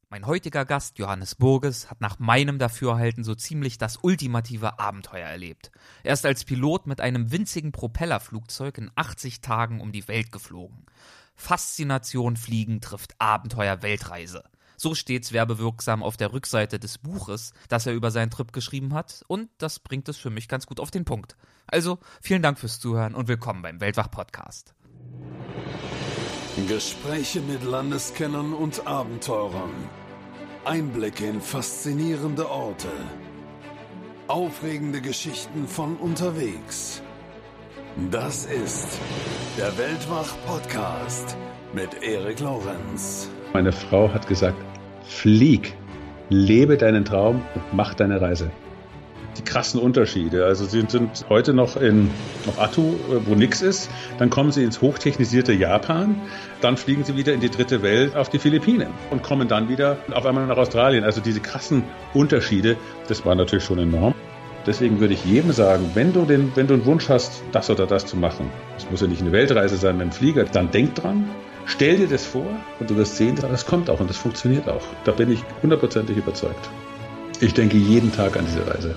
Mein heutiger Gast, Johannes Burges, hat nach meinem Dafürhalten so ziemlich das ultimative Abenteuer erlebt. Er ist als Pilot mit einem winzigen Propellerflugzeug in 80 Tagen um die Welt geflogen. Faszination Fliegen trifft Abenteuer Weltreise. So steht's werbewirksam auf der Rückseite des Buches, das er über seinen Trip geschrieben hat, und das bringt es für mich ganz gut auf den Punkt. Also, vielen Dank fürs Zuhören und willkommen beim Weltwach-Podcast. Gespräche mit Landeskennern und Abenteurern. Einblicke in faszinierende Orte. Aufregende Geschichten von unterwegs. Das ist der Weltwach-Podcast mit Erik Lorenz. Meine Frau hat gesagt, flieg, lebe deinen Traum und mach deine Reise. Die krassen Unterschiede, also sie sind heute noch auf Attu, wo nichts ist, dann kommen sie ins hochtechnisierte Japan, dann fliegen sie wieder in die dritte Welt auf die Philippinen und kommen dann wieder auf einmal nach Australien. Also diese krassen Unterschiede, das war natürlich schon enorm. Deswegen würde ich jedem sagen, wenn du einen Wunsch hast, das oder das zu machen, es muss ja nicht eine Weltreise sein mit dem Flieger, dann denk dran, stell dir das vor und du wirst sehen, das kommt auch und das funktioniert auch. Da bin ich 100%ig überzeugt. Ich denke jeden Tag an diese Reise.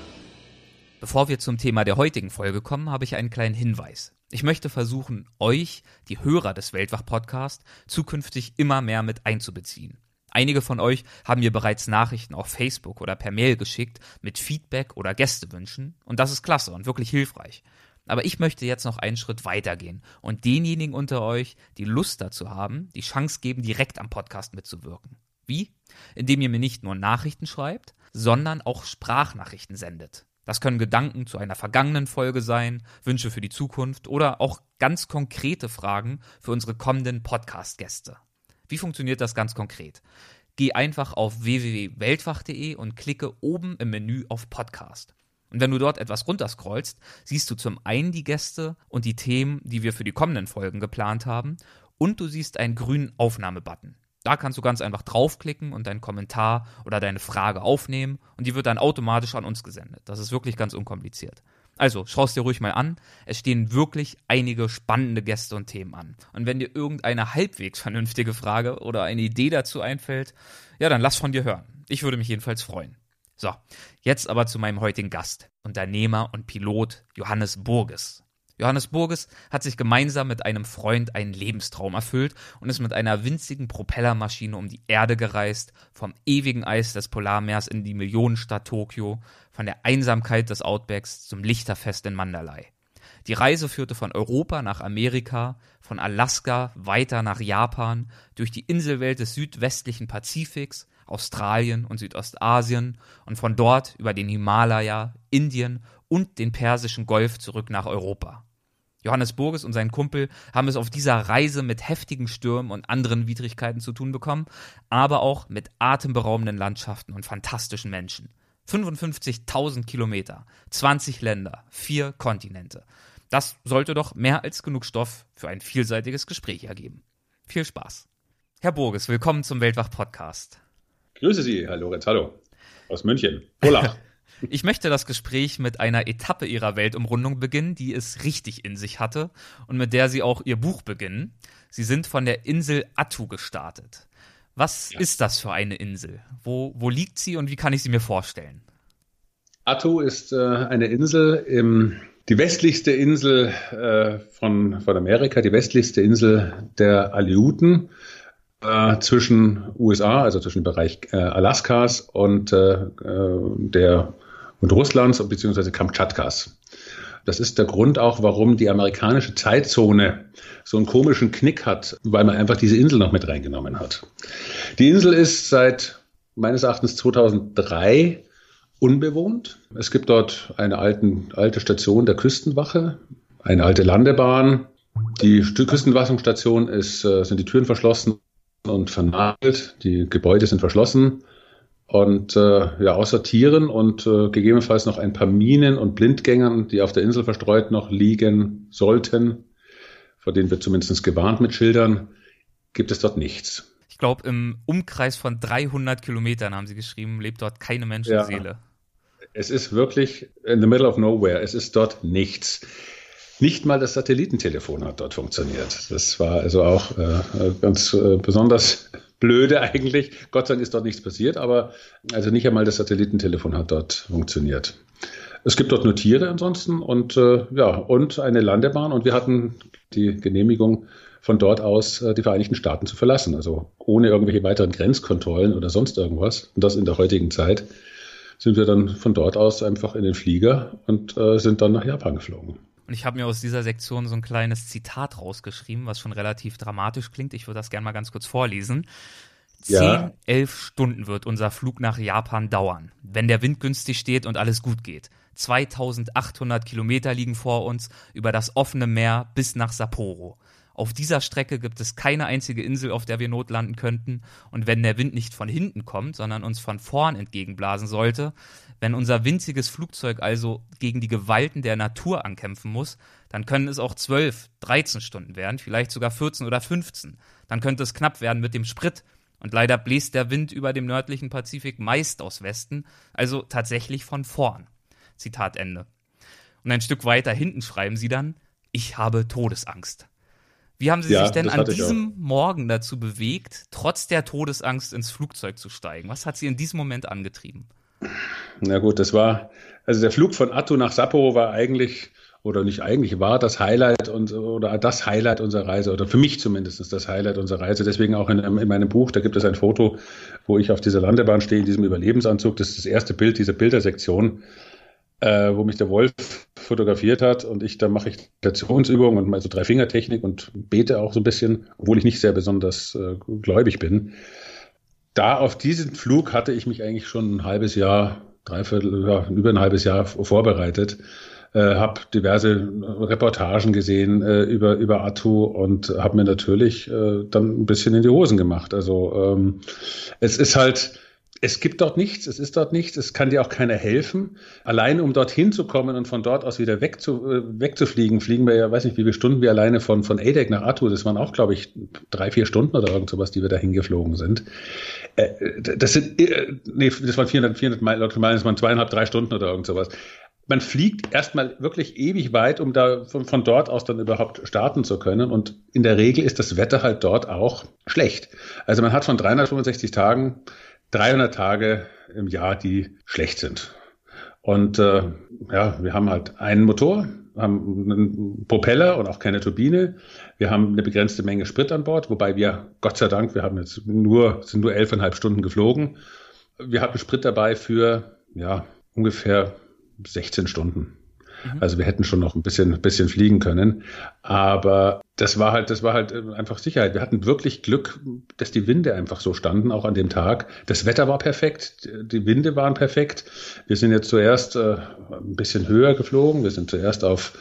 Bevor wir zum Thema der heutigen Folge kommen, habe ich einen kleinen Hinweis. Ich möchte versuchen, euch, die Hörer des Weltwach-Podcasts, zukünftig immer mehr mit einzubeziehen. Einige von euch haben mir bereits Nachrichten auf Facebook oder per Mail geschickt mit Feedback oder Gästewünschen und das ist klasse und wirklich hilfreich. Aber ich möchte jetzt noch einen Schritt weitergehen und denjenigen unter euch, die Lust dazu haben, die Chance geben, direkt am Podcast mitzuwirken. Wie? Indem ihr mir nicht nur Nachrichten schreibt, sondern auch Sprachnachrichten sendet. Das können Gedanken zu einer vergangenen Folge sein, Wünsche für die Zukunft oder auch ganz konkrete Fragen für unsere kommenden Podcast-Gäste. Wie funktioniert das ganz konkret? Geh einfach auf www.weltwach.de und klicke oben im Menü auf Podcast. Und wenn du dort etwas runterscrollst, siehst du zum einen die Gäste und die Themen, die wir für die kommenden Folgen geplant haben, und du siehst einen grünen Aufnahmebutton. Da kannst du ganz einfach draufklicken und deinen Kommentar oder deine Frage aufnehmen und die wird dann automatisch an uns gesendet. Das ist wirklich ganz unkompliziert. Also, schau es dir ruhig mal an. Es stehen wirklich einige spannende Gäste und Themen an. Und wenn dir irgendeine halbwegs vernünftige Frage oder eine Idee dazu einfällt, ja, dann lass von dir hören. Ich würde mich jedenfalls freuen. So, jetzt aber zu meinem heutigen Gast, Unternehmer und Pilot Johannes Burges. Johannes Burges hat sich gemeinsam mit einem Freund einen Lebenstraum erfüllt und ist mit einer winzigen Propellermaschine um die Erde gereist, vom ewigen Eis des Polarmeers in die Millionenstadt Tokio, von der Einsamkeit des Outbacks zum Lichterfest in Mandalay. Die Reise führte von Europa nach Amerika, von Alaska weiter nach Japan, durch die Inselwelt des südwestlichen Pazifiks, Australien und Südostasien und von dort über den Himalaya, Indien und den Persischen Golf zurück nach Europa. Johannes Burges und sein Kumpel haben es auf dieser Reise mit heftigen Stürmen und anderen Widrigkeiten zu tun bekommen, aber auch mit atemberaubenden Landschaften und fantastischen Menschen. 55.000 Kilometer, 20 Länder, 4 Kontinente. Das sollte doch mehr als genug Stoff für ein vielseitiges Gespräch ergeben. Viel Spaß. Herr Burges, willkommen zum Weltwach-Podcast. Grüße Sie, Herr Lorenz, hallo, aus München. Hola. Ich möchte das Gespräch mit einer Etappe Ihrer Weltumrundung beginnen, die es richtig in sich hatte und mit der Sie auch Ihr Buch beginnen. Sie sind von der Insel Attu gestartet. Was ist das für eine Insel? Wo liegt sie und wie kann ich sie mir vorstellen? Attu ist eine Insel, die westlichste Insel von Amerika, die westlichste Insel der Aleuten. Zwischen USA, also zwischen dem Bereich Alaskas und Russlands bzw. Kamtschatkas. Das ist der Grund auch, warum die amerikanische Zeitzone so einen komischen Knick hat, weil man einfach diese Insel noch mit reingenommen hat. Die Insel ist seit meines Erachtens 2003 unbewohnt. Es gibt dort eine alte Station der Küstenwache, eine alte Landebahn. Die Küstenwassenstation sind die Türen verschlossen und vernagelt. Die Gebäude sind verschlossen. Und außer Tieren und gegebenenfalls noch ein paar Minen und Blindgängern, die auf der Insel verstreut noch liegen sollten, vor denen wird zumindest gewarnt mit Schildern, gibt es dort nichts. Ich glaube, im Umkreis von 300 Kilometern, haben Sie geschrieben, lebt dort keine Menschenseele. Ja, es ist wirklich in the middle of nowhere. Es ist dort nichts. Nicht mal das Satellitentelefon hat dort funktioniert. Das war also auch ganz besonders blöde eigentlich. Gott sei Dank ist dort nichts passiert, aber also nicht einmal das Satellitentelefon hat dort funktioniert. Es gibt dort nur Tiere ansonsten und und eine Landebahn und wir hatten die Genehmigung von dort aus die Vereinigten Staaten zu verlassen, also ohne irgendwelche weiteren Grenzkontrollen oder sonst irgendwas. Und das in der heutigen Zeit sind wir dann von dort aus einfach in den Flieger und sind dann nach Japan geflogen. Und ich habe mir aus dieser Sektion so ein kleines Zitat rausgeschrieben, was schon relativ dramatisch klingt. Ich würde das gerne mal ganz kurz vorlesen. 11 Stunden wird unser Flug nach Japan dauern, wenn der Wind günstig steht und alles gut geht. 2800 Kilometer liegen vor uns über das offene Meer bis nach Sapporo. Auf dieser Strecke gibt es keine einzige Insel, auf der wir notlanden könnten. Und wenn der Wind nicht von hinten kommt, sondern uns von vorn entgegenblasen sollte, wenn unser winziges Flugzeug also gegen die Gewalten der Natur ankämpfen muss, dann können es auch 12, 13 Stunden werden, vielleicht sogar 14 oder 15. Dann könnte es knapp werden mit dem Sprit. Und leider bläst der Wind über dem nördlichen Pazifik meist aus Westen, also tatsächlich von vorn. Zitat Ende. Und ein Stück weiter hinten schreiben sie dann, ich habe Todesangst. Wie haben Sie sich denn an diesem Morgen dazu bewegt, trotz der Todesangst ins Flugzeug zu steigen? Was hat Sie in diesem Moment angetrieben? Na gut, also der Flug von Attu nach Sapporo war war das Highlight das Highlight unserer Reise, oder für mich zumindest das Highlight unserer Reise. Deswegen auch in meinem Buch, da gibt es ein Foto, wo ich auf dieser Landebahn stehe, in diesem Überlebensanzug. Das ist das erste Bild dieser Bildersektion, wo mich der Wolf fotografiert hat und da mache ich Meditationsübungen und mal so 3-Finger-Technik und bete auch so ein bisschen, obwohl ich nicht sehr besonders gläubig bin. Da auf diesen Flug hatte ich mich eigentlich schon ein halbes Jahr, über ein halbes Jahr vorbereitet, habe diverse Reportagen gesehen über Attu und habe mir natürlich dann ein bisschen in die Hosen gemacht. Also es gibt dort nichts, es kann dir auch keiner helfen. Allein um dorthin zu kommen und von dort aus wieder wegzufliegen, fliegen wir ja, weiß nicht, wie viele Stunden wir alleine von Adak nach Attu, das waren auch, glaube ich, 3-4 Stunden oder irgend sowas, die wir da hingeflogen sind. Das waren 400 Meilen, das waren 2,5-3 Stunden oder irgend sowas. Man fliegt erstmal wirklich ewig weit, um da von dort aus dann überhaupt starten zu können. Und in der Regel ist das Wetter halt dort auch schlecht. Also man hat von 365 Tagen 300 Tage im Jahr, die schlecht sind. Und wir haben halt einen Motor, haben einen Propeller und auch keine Turbine. Wir haben eine begrenzte Menge Sprit an Bord, wobei wir, Gott sei Dank, sind nur 11,5 Stunden geflogen. Wir hatten Sprit dabei für ungefähr 16 Stunden. Also wir hätten schon noch ein bisschen fliegen können. Aber das war halt einfach Sicherheit. Wir hatten wirklich Glück, dass die Winde einfach so standen, auch an dem Tag. Das Wetter war perfekt, die Winde waren perfekt. Wir sind jetzt zuerst ein bisschen höher geflogen. Wir sind zuerst auf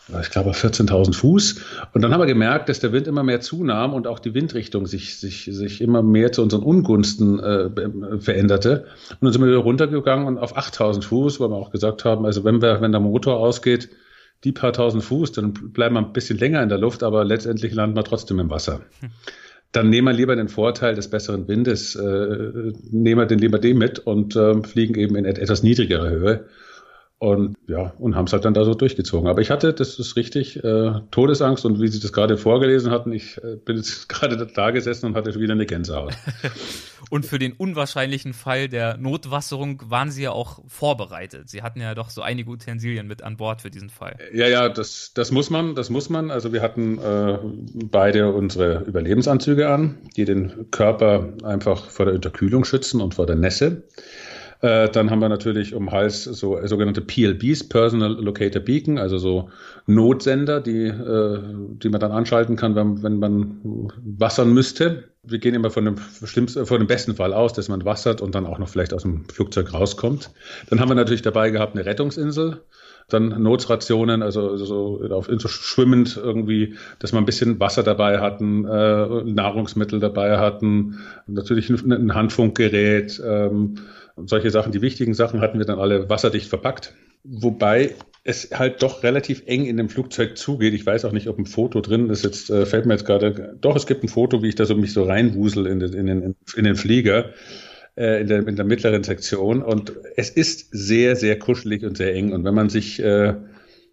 14.000 Fuß. Und dann haben wir gemerkt, dass der Wind immer mehr zunahm und auch die Windrichtung sich immer mehr zu unseren Ungunsten veränderte. Und dann sind wir wieder runtergegangen und auf 8.000 Fuß, weil wir auch gesagt haben, also wenn der Motor ausgeht, die paar tausend Fuß, dann bleiben wir ein bisschen länger in der Luft, aber letztendlich landen wir trotzdem im Wasser. Dann nehmen wir lieber den Vorteil des besseren Windes, nehmen wir den lieber mit und fliegen eben in etwas niedrigerer Höhe. Und haben es halt dann da so durchgezogen. Aber ich hatte, das ist richtig, Todesangst und wie Sie das gerade vorgelesen hatten, ich bin jetzt gerade da gesessen und hatte wieder eine Gänsehaut. Und für den unwahrscheinlichen Fall der Notwasserung waren Sie ja auch vorbereitet. Sie hatten ja doch so einige Utensilien mit an Bord für diesen Fall. Ja, das muss man. Also wir hatten beide unsere Überlebensanzüge an, die den Körper einfach vor der Unterkühlung schützen und vor der Nässe. Dann haben wir natürlich um den Hals so sogenannte PLBs, Personal Locator Beacon, also so Notsender, die man dann anschalten kann, wenn man wassern müsste. Wir gehen immer von dem besten Fall aus, dass man wassert und dann auch noch vielleicht aus dem Flugzeug rauskommt. Dann haben wir natürlich dabei gehabt eine Rettungsinsel. Dann Notsrationen, also so schwimmend irgendwie, dass wir ein bisschen Wasser dabei hatten, Nahrungsmittel dabei hatten, natürlich ein Handfunkgerät, solche Sachen. Die wichtigen Sachen hatten wir dann alle wasserdicht verpackt. Wobei es halt doch relativ eng in dem Flugzeug zugeht. Ich weiß auch nicht, ob ein Foto drin ist. Jetzt fällt mir jetzt gerade, doch, es gibt ein Foto, wie ich da mich so reinwusel in den Flieger. In der mittleren Sektion und es ist sehr, sehr kuschelig und sehr eng und wenn man sich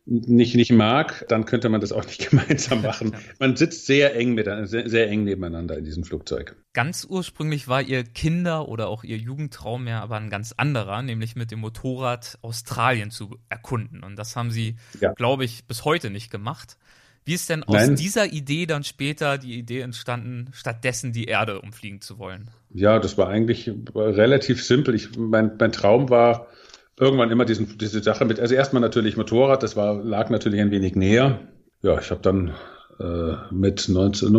nicht mag, dann könnte man das auch nicht gemeinsam machen. Man sitzt sehr eng sehr eng nebeneinander in diesem Flugzeug. Ganz ursprünglich war Ihr Kinder- oder auch Ihr Jugendtraum ja aber ein ganz anderer, nämlich mit dem Motorrad Australien zu erkunden. Und das haben Sie, glaube ich, bis heute nicht gemacht. Wie ist denn aus dieser Idee dann später die Idee entstanden, stattdessen die Erde umfliegen zu wollen? Ja, das war eigentlich relativ simpel. Mein Traum war irgendwann immer diese Sache mit, also erstmal natürlich Motorrad, lag natürlich ein wenig näher. Ja, ich habe dann mit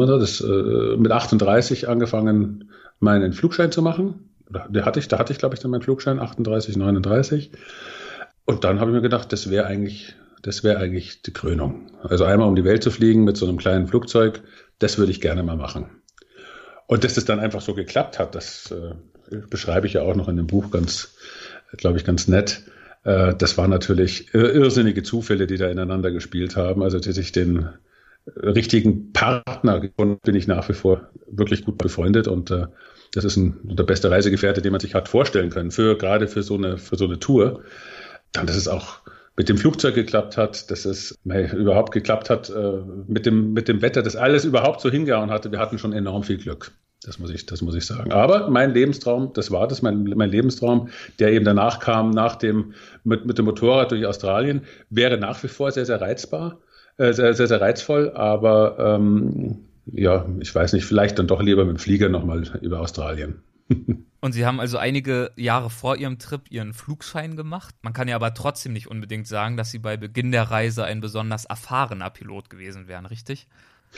38 angefangen, meinen Flugschein zu machen. Da hatte ich, glaube ich, dann meinen Flugschein, 38, 39. Und dann habe ich mir gedacht, das wäre eigentlich die Krönung. Also einmal um die Welt zu fliegen mit so einem kleinen Flugzeug, das würde ich gerne mal machen. Und dass das dann einfach so geklappt hat, das beschreibe ich ja auch noch in dem Buch ganz nett. Das waren natürlich irrsinnige Zufälle, die da ineinander gespielt haben. Also, dass ich den richtigen Partner gefunden, bin ich nach wie vor wirklich gut befreundet. Und das ist der beste Reisegefährte, den man sich hat vorstellen können, gerade für so eine Tour. Dann, dass es auch mit dem Flugzeug geklappt hat, dass es überhaupt geklappt hat mit dem Wetter, dass alles überhaupt so hingehauen hatte. Wir hatten schon enorm viel Glück. Das muss ich sagen. Aber mein Lebenstraum, mein Lebenstraum, der eben danach kam, mit dem Motorrad durch Australien, wäre nach wie vor sehr, sehr reizbar, sehr, sehr reizvoll. Aber ich weiß nicht, vielleicht dann doch lieber mit dem Flieger nochmal über Australien. Und Sie haben also einige Jahre vor Ihrem Trip Ihren Flugschein gemacht. Man kann ja aber trotzdem nicht unbedingt sagen, dass Sie bei Beginn der Reise ein besonders erfahrener Pilot gewesen wären, richtig?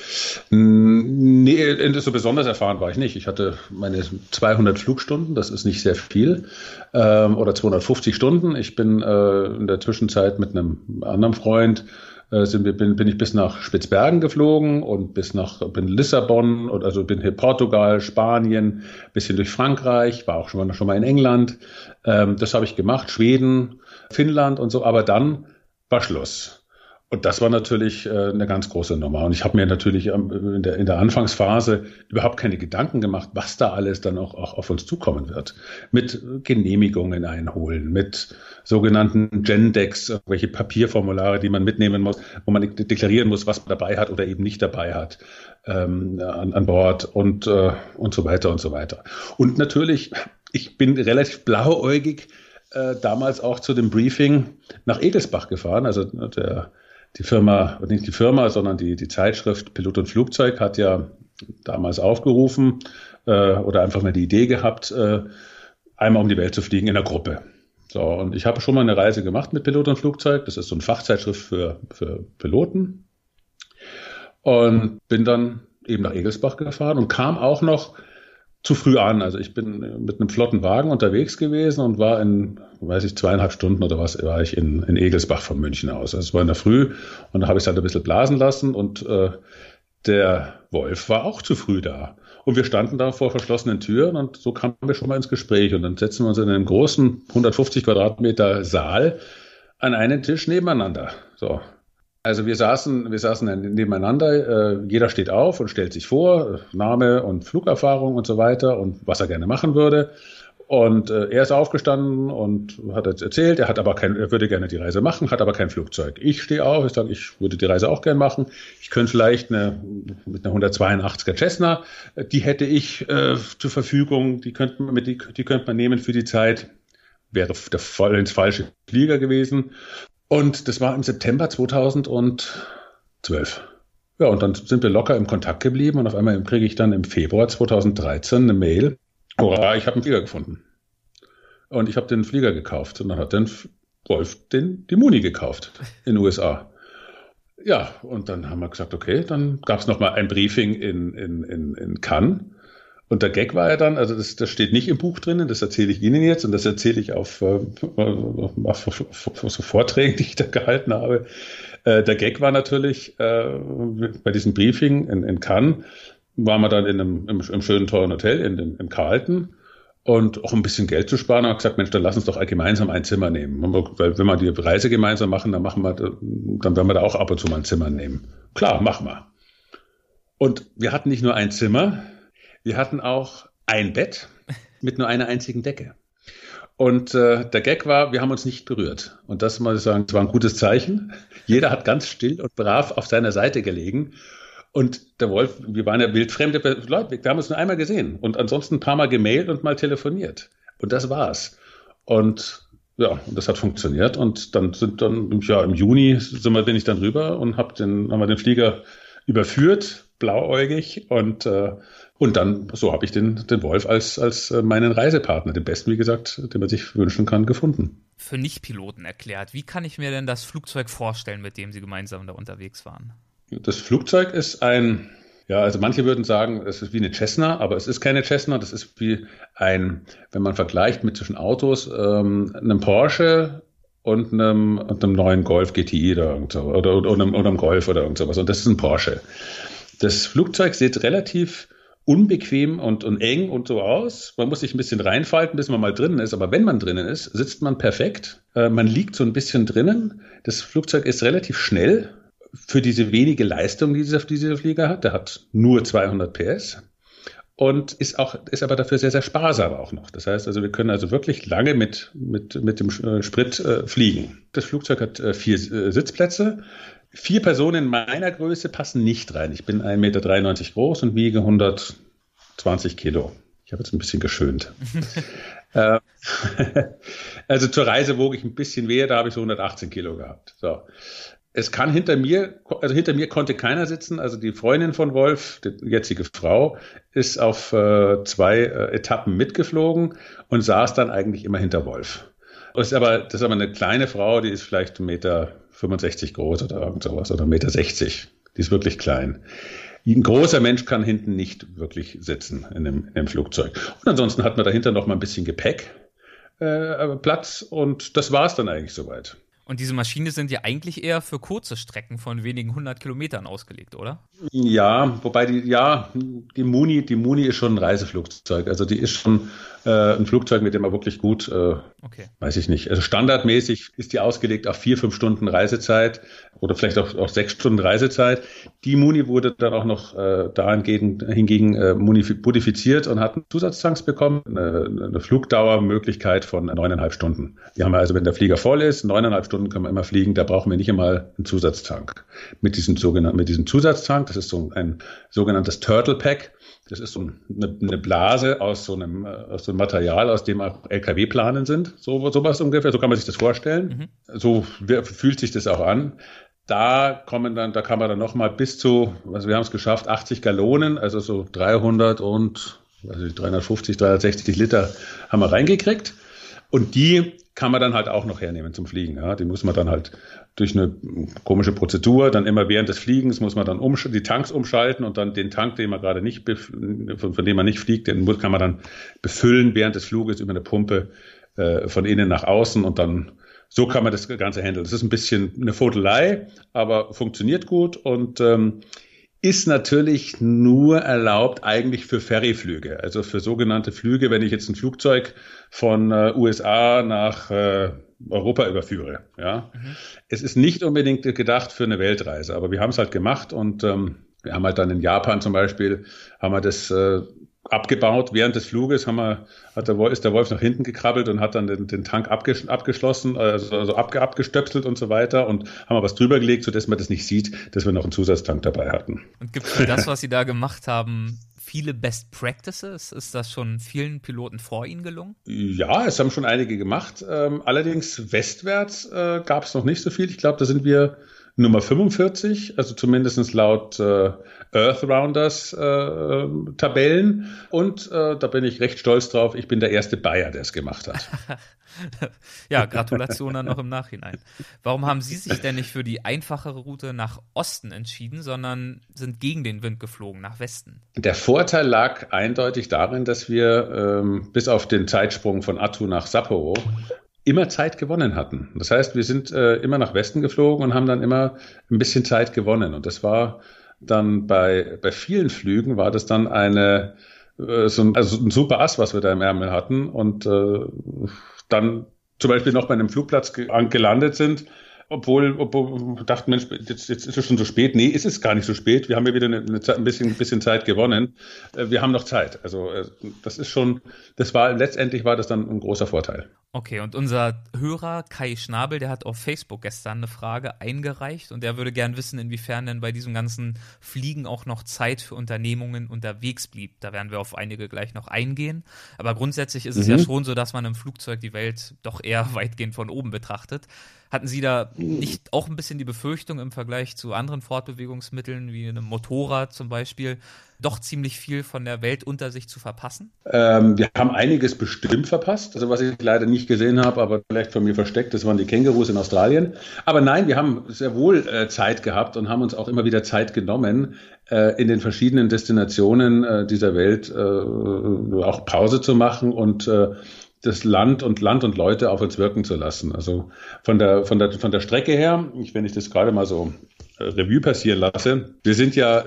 Nee, so besonders erfahren war ich nicht. Ich hatte meine 200 Flugstunden, das ist nicht sehr viel, oder 250 Stunden. Ich bin in der Zwischenzeit mit einem anderen Freund bin ich bis nach Spitzbergen geflogen und bin Lissabon, also bin hier Portugal, Spanien, bisschen durch Frankreich, war auch schon mal in England. Das habe ich gemacht, Schweden, Finnland und so, aber dann war Schluss. Und das war natürlich eine ganz große Nummer. Und ich habe mir natürlich in der Anfangsphase überhaupt keine Gedanken gemacht, was da alles dann auch auf uns zukommen wird. Mit Genehmigungen einholen, mit sogenannten Gendex, welche Papierformulare, die man mitnehmen muss, wo man deklarieren muss, was man dabei hat oder eben nicht dabei hat an Bord und so weiter und so weiter. Und natürlich, ich bin relativ blauäugig damals auch zu dem Briefing nach Egelsbach gefahren, also die Firma, nicht die Firma, sondern die Zeitschrift Pilot und Flugzeug hat ja damals aufgerufen oder einfach mal die Idee gehabt, einmal um die Welt zu fliegen in einer Gruppe. So, und ich habe schon mal eine Reise gemacht mit Pilot und Flugzeug. Das ist so eine Fachzeitschrift für Piloten. Und bin dann eben nach Egelsbach gefahren und kam auch noch zu früh an. Also ich bin mit einem flotten Wagen unterwegs gewesen und war in, 2,5 Stunden oder was, war ich in Egelsbach von München aus. Also es war in der Früh und da habe ich es halt ein bisschen blasen lassen und der Wolf war auch zu früh da. Und wir standen da vor verschlossenen Türen und so kamen wir schon mal ins Gespräch. Und dann setzen wir uns in einem großen 150 Quadratmeter Saal an einen Tisch nebeneinander. So. Also wir saßen nebeneinander, jeder steht auf und stellt sich vor, Name und Flugerfahrung und so weiter und was er gerne machen würde. Und er ist aufgestanden und hat erzählt, er würde gerne die Reise machen, hat aber kein Flugzeug. Ich stehe auf, ich sage, ich würde die Reise auch gerne machen. Ich könnte vielleicht mit einer 182er Cessna, die hätte ich zur Verfügung, die könnte man nehmen für die Zeit. Wäre voll ins falsche Flieger gewesen. Und das war im September 2012. Ja, und dann sind wir locker im Kontakt geblieben und auf einmal kriege ich dann im Februar 2013 eine Mail. Hurra, ich habe einen Flieger gefunden. Und ich habe den Flieger gekauft. Und dann hat dann Wolf die Muni gekauft in den USA. Ja, und dann haben wir gesagt, okay, dann gab es nochmal ein Briefing in Cannes. Und der Gag war ja dann, also das steht nicht im Buch drinnen, das erzähle ich Ihnen jetzt und das erzähle ich auf so Vorträgen, die ich da gehalten habe. Der Gag war natürlich, bei diesem Briefing in Cannes waren wir dann im schönen, teuren Hotel im Carlton und auch ein bisschen Geld zu sparen. Und gesagt, Mensch, dann lass uns doch gemeinsam ein Zimmer nehmen. Weil wenn wir die Reise gemeinsam machen, dann werden wir da auch ab und zu mal ein Zimmer nehmen. Klar, machen wir. Und wir hatten nicht nur ein Zimmer, wir hatten auch ein Bett mit nur einer einzigen Decke. Und der Gag war, wir haben uns nicht berührt. Und das, muss ich sagen, das war ein gutes Zeichen. Jeder hat ganz still und brav auf seiner Seite gelegen. Und der Wolf, wir waren ja wildfremde Leute, wir haben uns nur einmal gesehen und ansonsten ein paar Mal gemailt und mal telefoniert. Und das war's. Und ja, und das hat funktioniert. Und dann im Juni bin ich dann rüber und haben wir den Flieger überführt, blauäugig. Und dann, so habe ich den Wolf als meinen Reisepartner, den besten, wie gesagt, den man sich wünschen kann, gefunden. Für Nicht-Piloten erklärt, wie kann ich mir denn das Flugzeug vorstellen, mit dem Sie gemeinsam da unterwegs waren? Das Flugzeug ist also manche würden sagen, es ist wie eine Cessna, aber es ist keine Cessna, das ist wie wenn man vergleicht mit zwischen Autos, einem Porsche und einem neuen Golf GTI oder einem Golf oder irgend sowas. Und das ist ein Porsche. Das Flugzeug sieht relativ unbequem und eng und so aus. Man muss sich ein bisschen reinfalten, bis man mal drinnen ist. Aber wenn man drinnen ist, sitzt man perfekt. Man liegt so ein bisschen drinnen. Das Flugzeug ist relativ schnell für diese wenige Leistung, die dieser Flieger hat. Der hat nur 200 PS und ist aber dafür sehr, sehr sparsam auch noch. Das heißt also, wir können also wirklich lange mit dem Sprit fliegen. Das Flugzeug hat 4 Sitzplätze. 4 Personen meiner Größe passen nicht rein. Ich bin 1,93 Meter groß und wiege 120 Kilo. Ich habe jetzt ein bisschen geschönt. Also zur Reise wog ich ein bisschen mehr, da habe ich so 118 Kilo gehabt. So. Es kann hinter mir konnte keiner sitzen. Also die Freundin von Wolf, die jetzige Frau, ist auf 2 Etappen mitgeflogen und saß dann eigentlich immer hinter Wolf. Das ist aber eine kleine Frau, die ist vielleicht 1,65 Meter groß oder irgend sowas oder 1,60 Meter. Die ist wirklich klein. Ein großer Mensch kann hinten nicht wirklich sitzen in dem Flugzeug. Und ansonsten hat man dahinter noch mal ein bisschen Gepäck, Platz und das war es dann eigentlich soweit. Und diese Maschinen sind ja eigentlich eher für kurze Strecken von wenigen 100 Kilometern ausgelegt, oder? Ja, wobei die Muni ist schon ein Reiseflugzeug. Also die ist schon ein Flugzeug, mit dem man wirklich gut, weiß ich nicht. Also standardmäßig ist die ausgelegt auf 4-5 Stunden Reisezeit oder vielleicht auch 6 Stunden Reisezeit. Die Muni wurde dann auch noch hingegen modifiziert und hat Zusatztanks bekommen, eine Flugdauermöglichkeit von 9,5 Stunden. Die haben wir also, wenn der Flieger voll ist, 9,5 Stunden können wir immer fliegen, da brauchen wir nicht einmal einen Zusatztank. Mit diesem Zusatztank, das ist so ein sogenanntes Turtle Pack. Das ist so eine Blase aus so einem Material, aus dem auch LKW-Planen sind. Sowas ungefähr, so kann man sich das vorstellen. So fühlt sich das auch an. Da kann man dann nochmal bis zu, wir haben es geschafft, 80 Gallonen, also so 350, 360 Liter haben wir reingekriegt. Und die kann man dann halt auch noch hernehmen zum Fliegen. Ja. Die muss man dann halt durch eine komische Prozedur, dann immer während des Fliegens muss man dann die Tanks umschalten und dann den Tank, den man gerade nicht, von dem man nicht fliegt, den kann man dann befüllen während des Fluges über eine Pumpe von innen nach außen und dann so kann man das Ganze handeln. Das ist ein bisschen eine Fodelei, aber funktioniert gut und ist natürlich nur erlaubt eigentlich für Ferryflüge, also für sogenannte Flüge, wenn ich jetzt ein Flugzeug von USA nach Europa überführe. Ja. Es ist nicht unbedingt gedacht für eine Weltreise, aber wir haben es halt gemacht und wir haben halt dann in Japan zum Beispiel, haben wir das abgebaut. Während des Fluges ist der Wolf nach hinten gekrabbelt und hat dann den Tank abgeschlossen, also abgestöpselt und so weiter und haben wir was drüber gelegt, sodass man das nicht sieht, dass wir noch einen Zusatztank dabei hatten. Und gibt es für das, was Sie da gemacht haben, viele Best Practices? Ist das schon vielen Piloten vor Ihnen gelungen? Ja, es haben schon einige gemacht. Allerdings westwärts gab es noch nicht so viel. Ich glaube, da sind wir Nummer 45, also zumindest laut Earthrounders Tabellen. Und da bin ich recht stolz drauf, ich bin der erste Bayer, der es gemacht hat. Ja, Gratulation dann noch im Nachhinein. Warum haben Sie sich denn nicht für die einfachere Route nach Osten entschieden, sondern sind gegen den Wind geflogen, nach Westen? Der Vorteil lag eindeutig darin, dass wir bis auf den Zeitsprung von Attu nach Sapporo immer Zeit gewonnen hatten. Das heißt, wir sind immer nach Westen geflogen und haben dann immer ein bisschen Zeit gewonnen. Und das war dann bei vielen Flügen war das dann ein super Ass, was wir da im Ärmel hatten. Und dann zum Beispiel noch bei einem Flugplatz gelandet sind, obwohl wir dachten, Mensch, jetzt ist es schon so spät. Nee, ist es gar nicht so spät. Wir haben ja wieder ein bisschen Zeit gewonnen. Wir haben noch Zeit. Also letztendlich war das dann ein großer Vorteil. Okay, und unser Hörer Kai Schnabel, der hat auf Facebook gestern eine Frage eingereicht und der würde gern wissen, inwiefern denn bei diesem ganzen Fliegen auch noch Zeit für Unternehmungen unterwegs blieb. Da werden wir auf einige gleich noch eingehen. Aber grundsätzlich ist es ja schon so, dass man im Flugzeug die Welt doch eher weitgehend von oben betrachtet. Hatten Sie da nicht auch ein bisschen die Befürchtung im Vergleich zu anderen Fortbewegungsmitteln, wie einem Motorrad zum Beispiel, doch ziemlich viel von der Welt unter sich zu verpassen? Wir haben einiges bestimmt verpasst, also was ich leider nicht gesehen habe, aber vielleicht von mir versteckt, das waren die Kängurus in Australien. Aber nein, wir haben sehr wohl Zeit gehabt und haben uns auch immer wieder Zeit genommen, in den verschiedenen Destinationen dieser Welt auch Pause zu machen und das Land und Leute auf uns wirken zu lassen. Also von der Strecke her, wenn ich das gerade mal so Revue passieren lasse, wir sind ja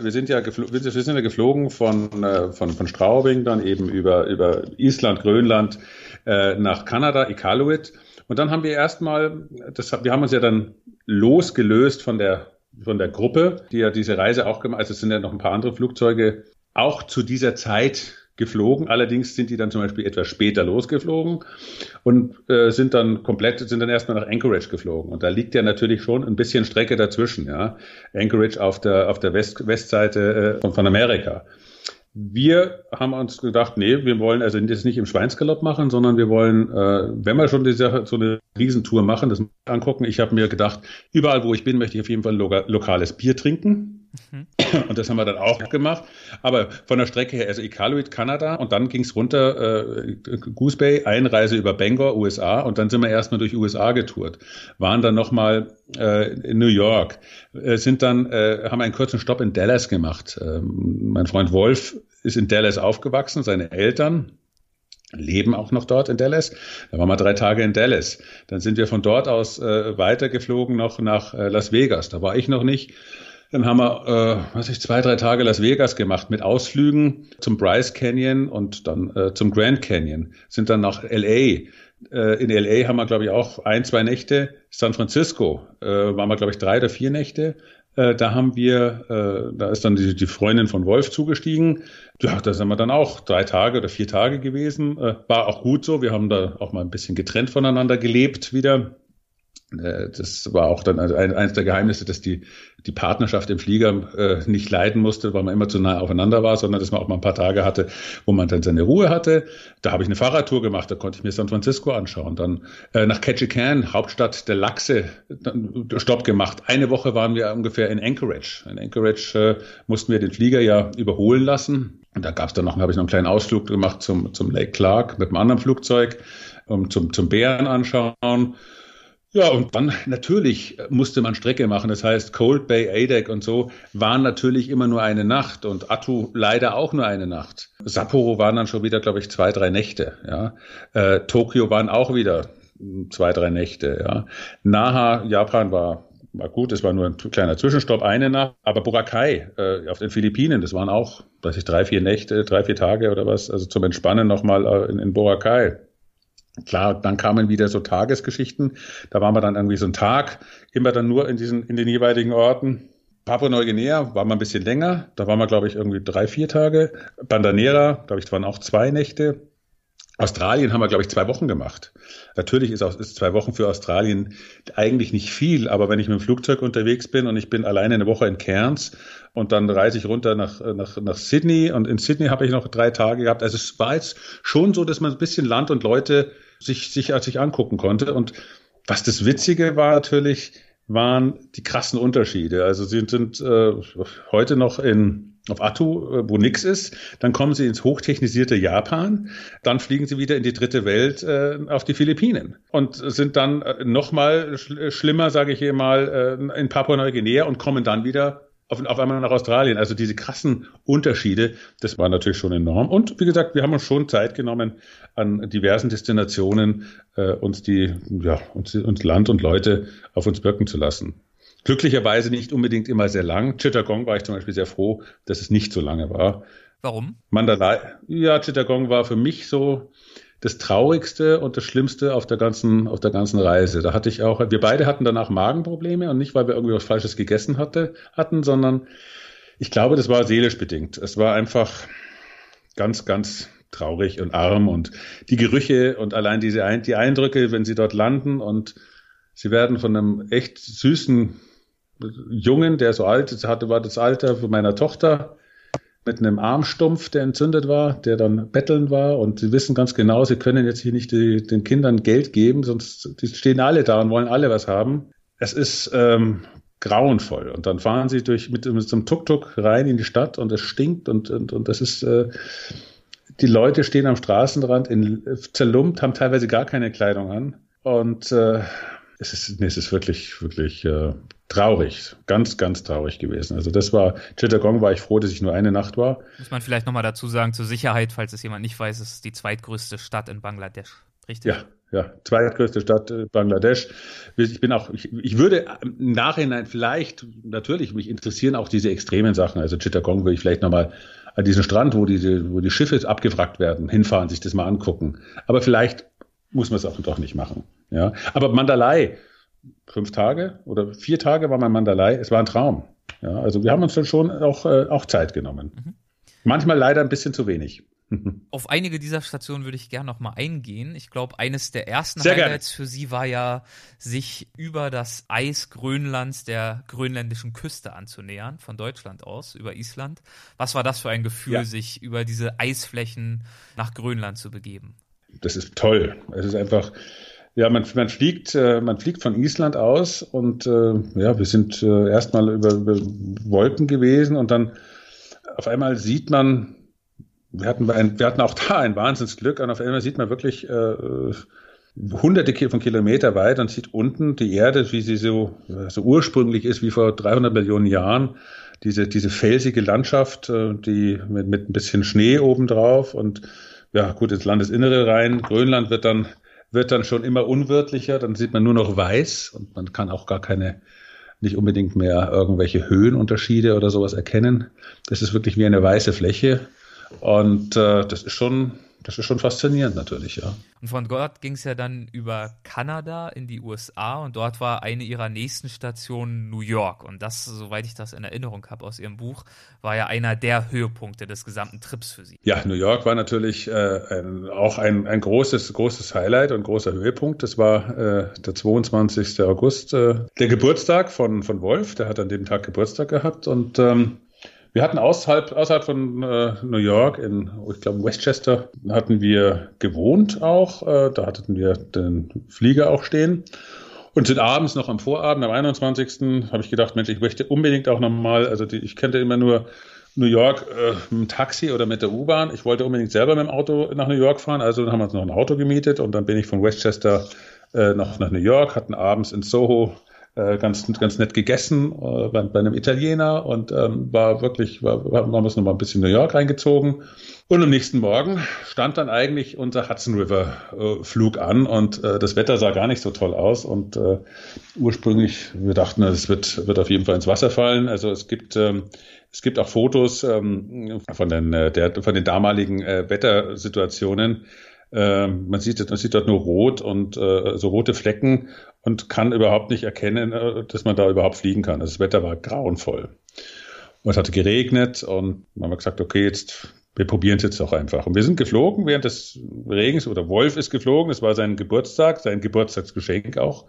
geflogen von Straubing dann eben über Island, Grönland nach Kanada, Iqaluit. Und dann haben wir wir haben uns ja dann losgelöst von der Gruppe, die ja diese Reise auch gemacht hat. Also es sind ja noch ein paar andere Flugzeuge auch zu dieser Zeit geflogen. Allerdings sind die dann zum Beispiel etwas später losgeflogen und sind dann erstmal nach Anchorage geflogen. Und da liegt ja natürlich schon ein bisschen Strecke dazwischen, ja. Anchorage auf der Westseite von Amerika. Wir haben uns gedacht, nee, wir wollen also das nicht im Schweinsgalopp machen, sondern wir wollen, wenn wir schon so eine Riesentour machen, das angucken. Ich habe mir gedacht, überall wo ich bin, möchte ich auf jeden Fall lokales Bier trinken. Und das haben wir dann auch gemacht. Aber von der Strecke her, also Iqaluit, Kanada, und dann ging es runter, Goose Bay, Einreise über Bangor, USA, und dann sind wir erstmal durch USA getourt. Waren dann nochmal in New York, haben einen kurzen Stopp in Dallas gemacht. Mein Freund Wolf ist in Dallas aufgewachsen, seine Eltern leben auch noch dort in Dallas. Da waren wir 3 Tage in Dallas. Dann sind wir von dort aus weitergeflogen noch nach Las Vegas. Da war ich noch nicht. Dann haben wir, 2-3 Tage Las Vegas gemacht mit Ausflügen zum Bryce Canyon und dann zum Grand Canyon. Sind dann nach L.A. In L.A. haben wir, glaube ich, auch 1-2 Nächte. San Francisco waren wir, glaube ich, 3 oder 4 Nächte. Da ist dann die Freundin von Wolf zugestiegen. Ja, da sind wir dann auch 3 Tage oder 4 Tage gewesen. War auch gut so. Wir haben da auch mal ein bisschen getrennt voneinander gelebt wieder. Das war auch dann eines der Geheimnisse, dass die Partnerschaft im Flieger nicht leiden musste, weil man immer zu nah aufeinander war, sondern dass man auch mal ein paar Tage hatte, wo man dann seine Ruhe hatte. Da habe ich eine Fahrradtour gemacht, da konnte ich mir San Francisco anschauen. Dann nach Ketchikan, Hauptstadt der Lachse, Stopp gemacht. 1 Woche waren wir ungefähr in Anchorage. In Anchorage mussten wir den Flieger ja überholen lassen. Und da habe ich noch einen kleinen Ausflug gemacht zum Lake Clark mit einem anderen Flugzeug, zum Bären anschauen. Ja, und dann natürlich musste man Strecke machen. Das heißt, Cold Bay, Adak und so waren natürlich immer nur eine Nacht und Attu leider auch nur eine Nacht. Sapporo waren dann schon wieder, glaube ich, 2-3 Nächte. Ja, Tokio waren auch wieder 2-3 Nächte. Ja, Naha, Japan war gut. Es war nur ein kleiner Zwischenstopp, eine Nacht. Aber Boracay auf den Philippinen, das waren auch, 3-4 Nächte, 3-4 Tage oder was. Also zum Entspannen nochmal in Boracay. Klar, dann kamen wieder so Tagesgeschichten. Da waren wir dann irgendwie so einen Tag, immer dann nur in den jeweiligen Orten. Papua-Neuguinea war mal ein bisschen länger. Da waren wir, glaube ich, irgendwie 3-4 Tage. Bandanera, glaube ich, waren auch 2 Nächte. Australien haben wir, glaube ich, 2 Wochen gemacht. Natürlich ist 2 Wochen für Australien eigentlich nicht viel, aber wenn ich mit dem Flugzeug unterwegs bin und ich bin alleine eine Woche in Cairns und dann reise ich runter nach Sydney und in Sydney habe ich noch 3 Tage gehabt. Also es war jetzt schon so, dass man ein bisschen Land und Leute sich angucken konnte. Und was das Witzige war natürlich, waren die krassen Unterschiede. Also sie sind heute noch auf Attu, wo nix ist, dann kommen sie ins hochtechnisierte Japan, dann fliegen sie wieder in die dritte Welt auf die Philippinen und sind dann noch mal schlimmer, sage ich hier mal, in Papua-Neuguinea und kommen dann wieder auf einmal nach Australien. Also diese krassen Unterschiede, das war natürlich schon enorm. Und wie gesagt, wir haben uns schon Zeit genommen, an diversen Destinationen uns Land und Leute auf uns wirken zu lassen. Glücklicherweise nicht unbedingt immer sehr lang. Chittagong war ich zum Beispiel sehr froh, dass es nicht so lange war. Warum? Mandalay, ja, Chittagong war für mich so das Traurigste und das Schlimmste auf der ganzen Reise. Da hatte ich auch, wir beide hatten danach Magenprobleme und nicht, weil wir irgendwie was Falsches gegessen hatten, sondern ich glaube, das war seelisch bedingt. Es war einfach ganz, ganz traurig und arm und die Gerüche und allein die Eindrücke, wenn sie dort landen und sie werden von einem echt süßen Jungen, der so alt war das Alter von meiner Tochter, mit einem Armstumpf, der entzündet war, der dann betteln war und sie wissen ganz genau, sie können jetzt hier nicht den Kindern Geld geben, sonst die stehen alle da und wollen alle was haben. Es ist grauenvoll und dann fahren sie mit so einem Tuk-Tuk rein in die Stadt und es stinkt und das ist die Leute stehen am Straßenrand zerlumpt, haben teilweise gar keine Kleidung an und es ist wirklich, wirklich traurig, ganz, ganz traurig gewesen. Also Chittagong war ich froh, dass ich nur eine Nacht war. Muss man vielleicht nochmal dazu sagen, zur Sicherheit, falls es jemand nicht weiß, ist es die zweitgrößte Stadt in Bangladesch, richtig? Ja, zweitgrößte Stadt Bangladesch. Ich würde im Nachhinein natürlich mich interessieren auch diese extremen Sachen. Also Chittagong würde ich vielleicht nochmal an diesen Strand, wo die Schiffe abgewrackt werden, hinfahren, sich das mal angucken. Aber vielleicht muss man es auch doch nicht machen. Ja, aber Mandalay, 5 Tage oder 4 Tage war mein Mandalay. Es war ein Traum. Ja, also wir haben uns dann schon auch Zeit genommen. Mhm. Manchmal leider ein bisschen zu wenig. Auf einige dieser Stationen würde ich gerne noch mal eingehen. Ich glaube, eines der ersten Sehr Highlights gerne. für Sie war ja, sich über das Eis Grönlands der grönländischen Küste anzunähern, von Deutschland aus, über Island. Was war das für ein Gefühl, sich über diese Eisflächen nach Grönland zu begeben? Das ist toll. Es ist einfach, ja, man fliegt von Island aus und wir sind erstmal über Wolken gewesen und dann auf einmal sieht man, wir hatten auch da ein Wahnsinnsglück und auf einmal sieht man wirklich hunderte von Kilometer weit und sieht unten die Erde, wie sie so ursprünglich ist, wie vor 300 Millionen Jahren. Diese felsige Landschaft, die mit ein bisschen Schnee obendrauf und ja, gut, ins Landesinnere rein. Grönland wird dann schon immer unwirtlicher, dann sieht man nur noch weiß und man kann auch nicht unbedingt mehr irgendwelche Höhenunterschiede oder sowas erkennen. Das ist wirklich wie eine weiße Fläche und das ist schon faszinierend natürlich, ja. Und von dort ging es ja dann über Kanada in die USA und dort war eine ihrer nächsten Stationen New York. Und das, soweit ich das in Erinnerung habe aus ihrem Buch, war ja einer der Höhepunkte des gesamten Trips für sie. Ja, New York war natürlich auch ein großes Highlight und großer Höhepunkt. Das war der 22. August, der Geburtstag von Wolf. Der hat an dem Tag Geburtstag gehabt und wir hatten außerhalb von New York, ich glaube Westchester, hatten wir gewohnt auch. Da hatten wir den Flieger auch stehen und sind abends noch am Vorabend, am 21. habe ich gedacht, Mensch, ich möchte unbedingt auch nochmal, ich kannte immer nur New York mit dem Taxi oder mit der U-Bahn. Ich wollte unbedingt selber mit dem Auto nach New York fahren, also haben wir uns noch ein Auto gemietet und dann bin ich von Westchester noch nach New York, hatten abends in Soho ganz nett gegessen bei einem Italiener und haben uns noch mal ein bisschen New York reingezogen. Und am nächsten Morgen stand dann eigentlich unser Hudson River Flug an und das Wetter sah gar nicht so toll aus und ursprünglich, wir dachten, es wird auf jeden Fall ins Wasser fallen. Also es gibt auch Fotos von den damaligen Wettersituationen. Man sieht dort nur rot und so rote Flecken und kann überhaupt nicht erkennen, dass man da überhaupt fliegen kann. Also das Wetter war grauenvoll. Und es hatte geregnet und man hat gesagt, okay, wir probieren es jetzt auch einfach. Und wir sind geflogen während des Regens, oder Wolf ist geflogen, es war sein Geburtstag, sein Geburtstagsgeschenk auch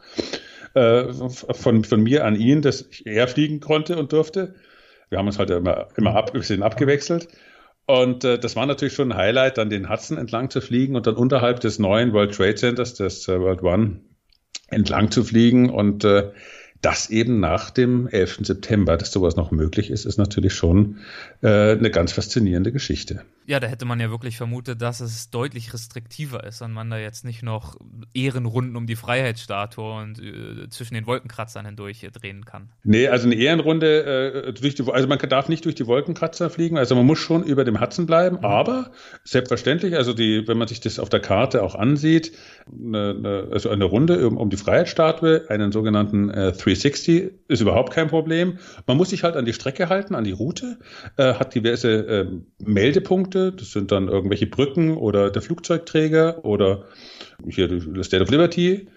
von mir an ihn, dass er fliegen konnte und durfte. Wir haben uns halt immer ein bisschen abgewechselt. Und das war natürlich schon ein Highlight, dann den Hudson entlang zu fliegen und dann unterhalb des neuen World Trade Centers, des World One, entlang zu fliegen. Und das eben nach dem 11. September, dass sowas noch möglich ist natürlich schon eine ganz faszinierende Geschichte. Ja, da hätte man ja wirklich vermutet, dass es deutlich restriktiver ist und man da jetzt nicht noch Ehrenrunden um die Freiheitsstatue und zwischen den Wolkenkratzern hindurch drehen kann. Nee, also eine Ehrenrunde, man darf nicht durch die Wolkenkratzer fliegen, also man muss schon über dem Hudson bleiben, aber selbstverständlich, also wenn man sich das auf der Karte auch ansieht, eine Runde um die Freiheitsstatue, einen sogenannten 360, ist überhaupt kein Problem. Man muss sich halt an die Strecke halten, an die Route, hat diverse Meldepunkte. Das sind dann irgendwelche Brücken oder der Flugzeugträger oder hier das State of Liberty.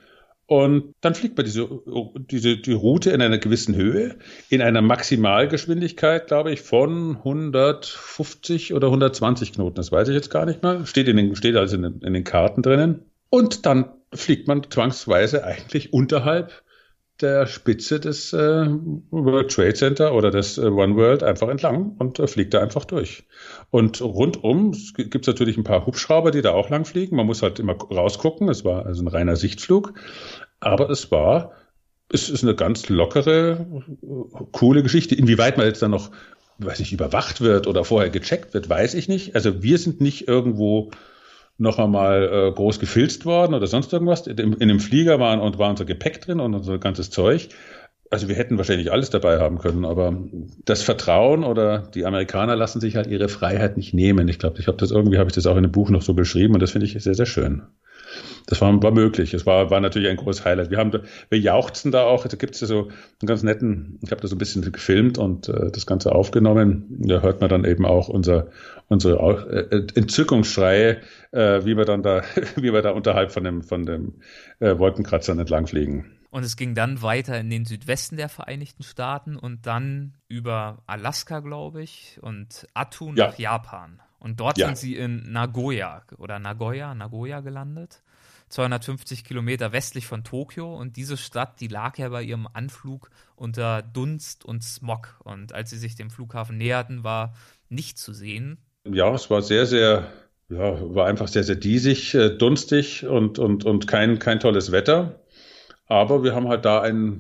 Und dann fliegt man die Route in einer gewissen Höhe, in einer Maximalgeschwindigkeit, glaube ich, von 150 oder 120 Knoten. Das weiß ich jetzt gar nicht mehr. Steht also in den Karten drinnen. Und dann fliegt man zwangsweise eigentlich unterhalb der Spitze des World Trade Center oder des One World einfach entlang und fliegt da einfach durch. Und rundum gibt es natürlich ein paar Hubschrauber, die da auch lang fliegen. Man muss halt immer rausgucken. Es war also ein reiner Sichtflug. Aber es ist eine ganz lockere, coole Geschichte. Inwieweit man jetzt dann noch, weiß nicht, überwacht wird oder vorher gecheckt wird, weiß ich nicht. Also wir sind nicht irgendwo noch einmal groß gefilzt worden oder sonst irgendwas. In dem Flieger war unser Gepäck drin und unser ganzes Zeug. Also wir hätten wahrscheinlich alles dabei haben können, aber das Vertrauen oder die Amerikaner lassen sich halt ihre Freiheit nicht nehmen. Ich glaube, habe ich das auch in dem Buch noch so beschrieben und das finde ich sehr, sehr schön. Das war möglich. Es war natürlich ein großes Highlight. Wir jauchzen da auch. Da gibt es ja so einen ganz netten, ich habe da so ein bisschen gefilmt und das Ganze aufgenommen. Da hört man dann eben auch unsere Entzückungsschreie, wie wir da unterhalb von dem Wolkenkratzern entlang fliegen. Und es ging dann weiter in den Südwesten der Vereinigten Staaten und dann über Alaska, glaube ich, und Attu nach Japan. Und dort sind sie in Nagoya gelandet. 250 Kilometer westlich von Tokio. Und diese Stadt, die lag ja bei ihrem Anflug unter Dunst und Smog. Und als sie sich dem Flughafen näherten, war nichts zu sehen. Ja, es war war einfach sehr, sehr diesig, dunstig und kein tolles Wetter. Aber wir haben halt da ein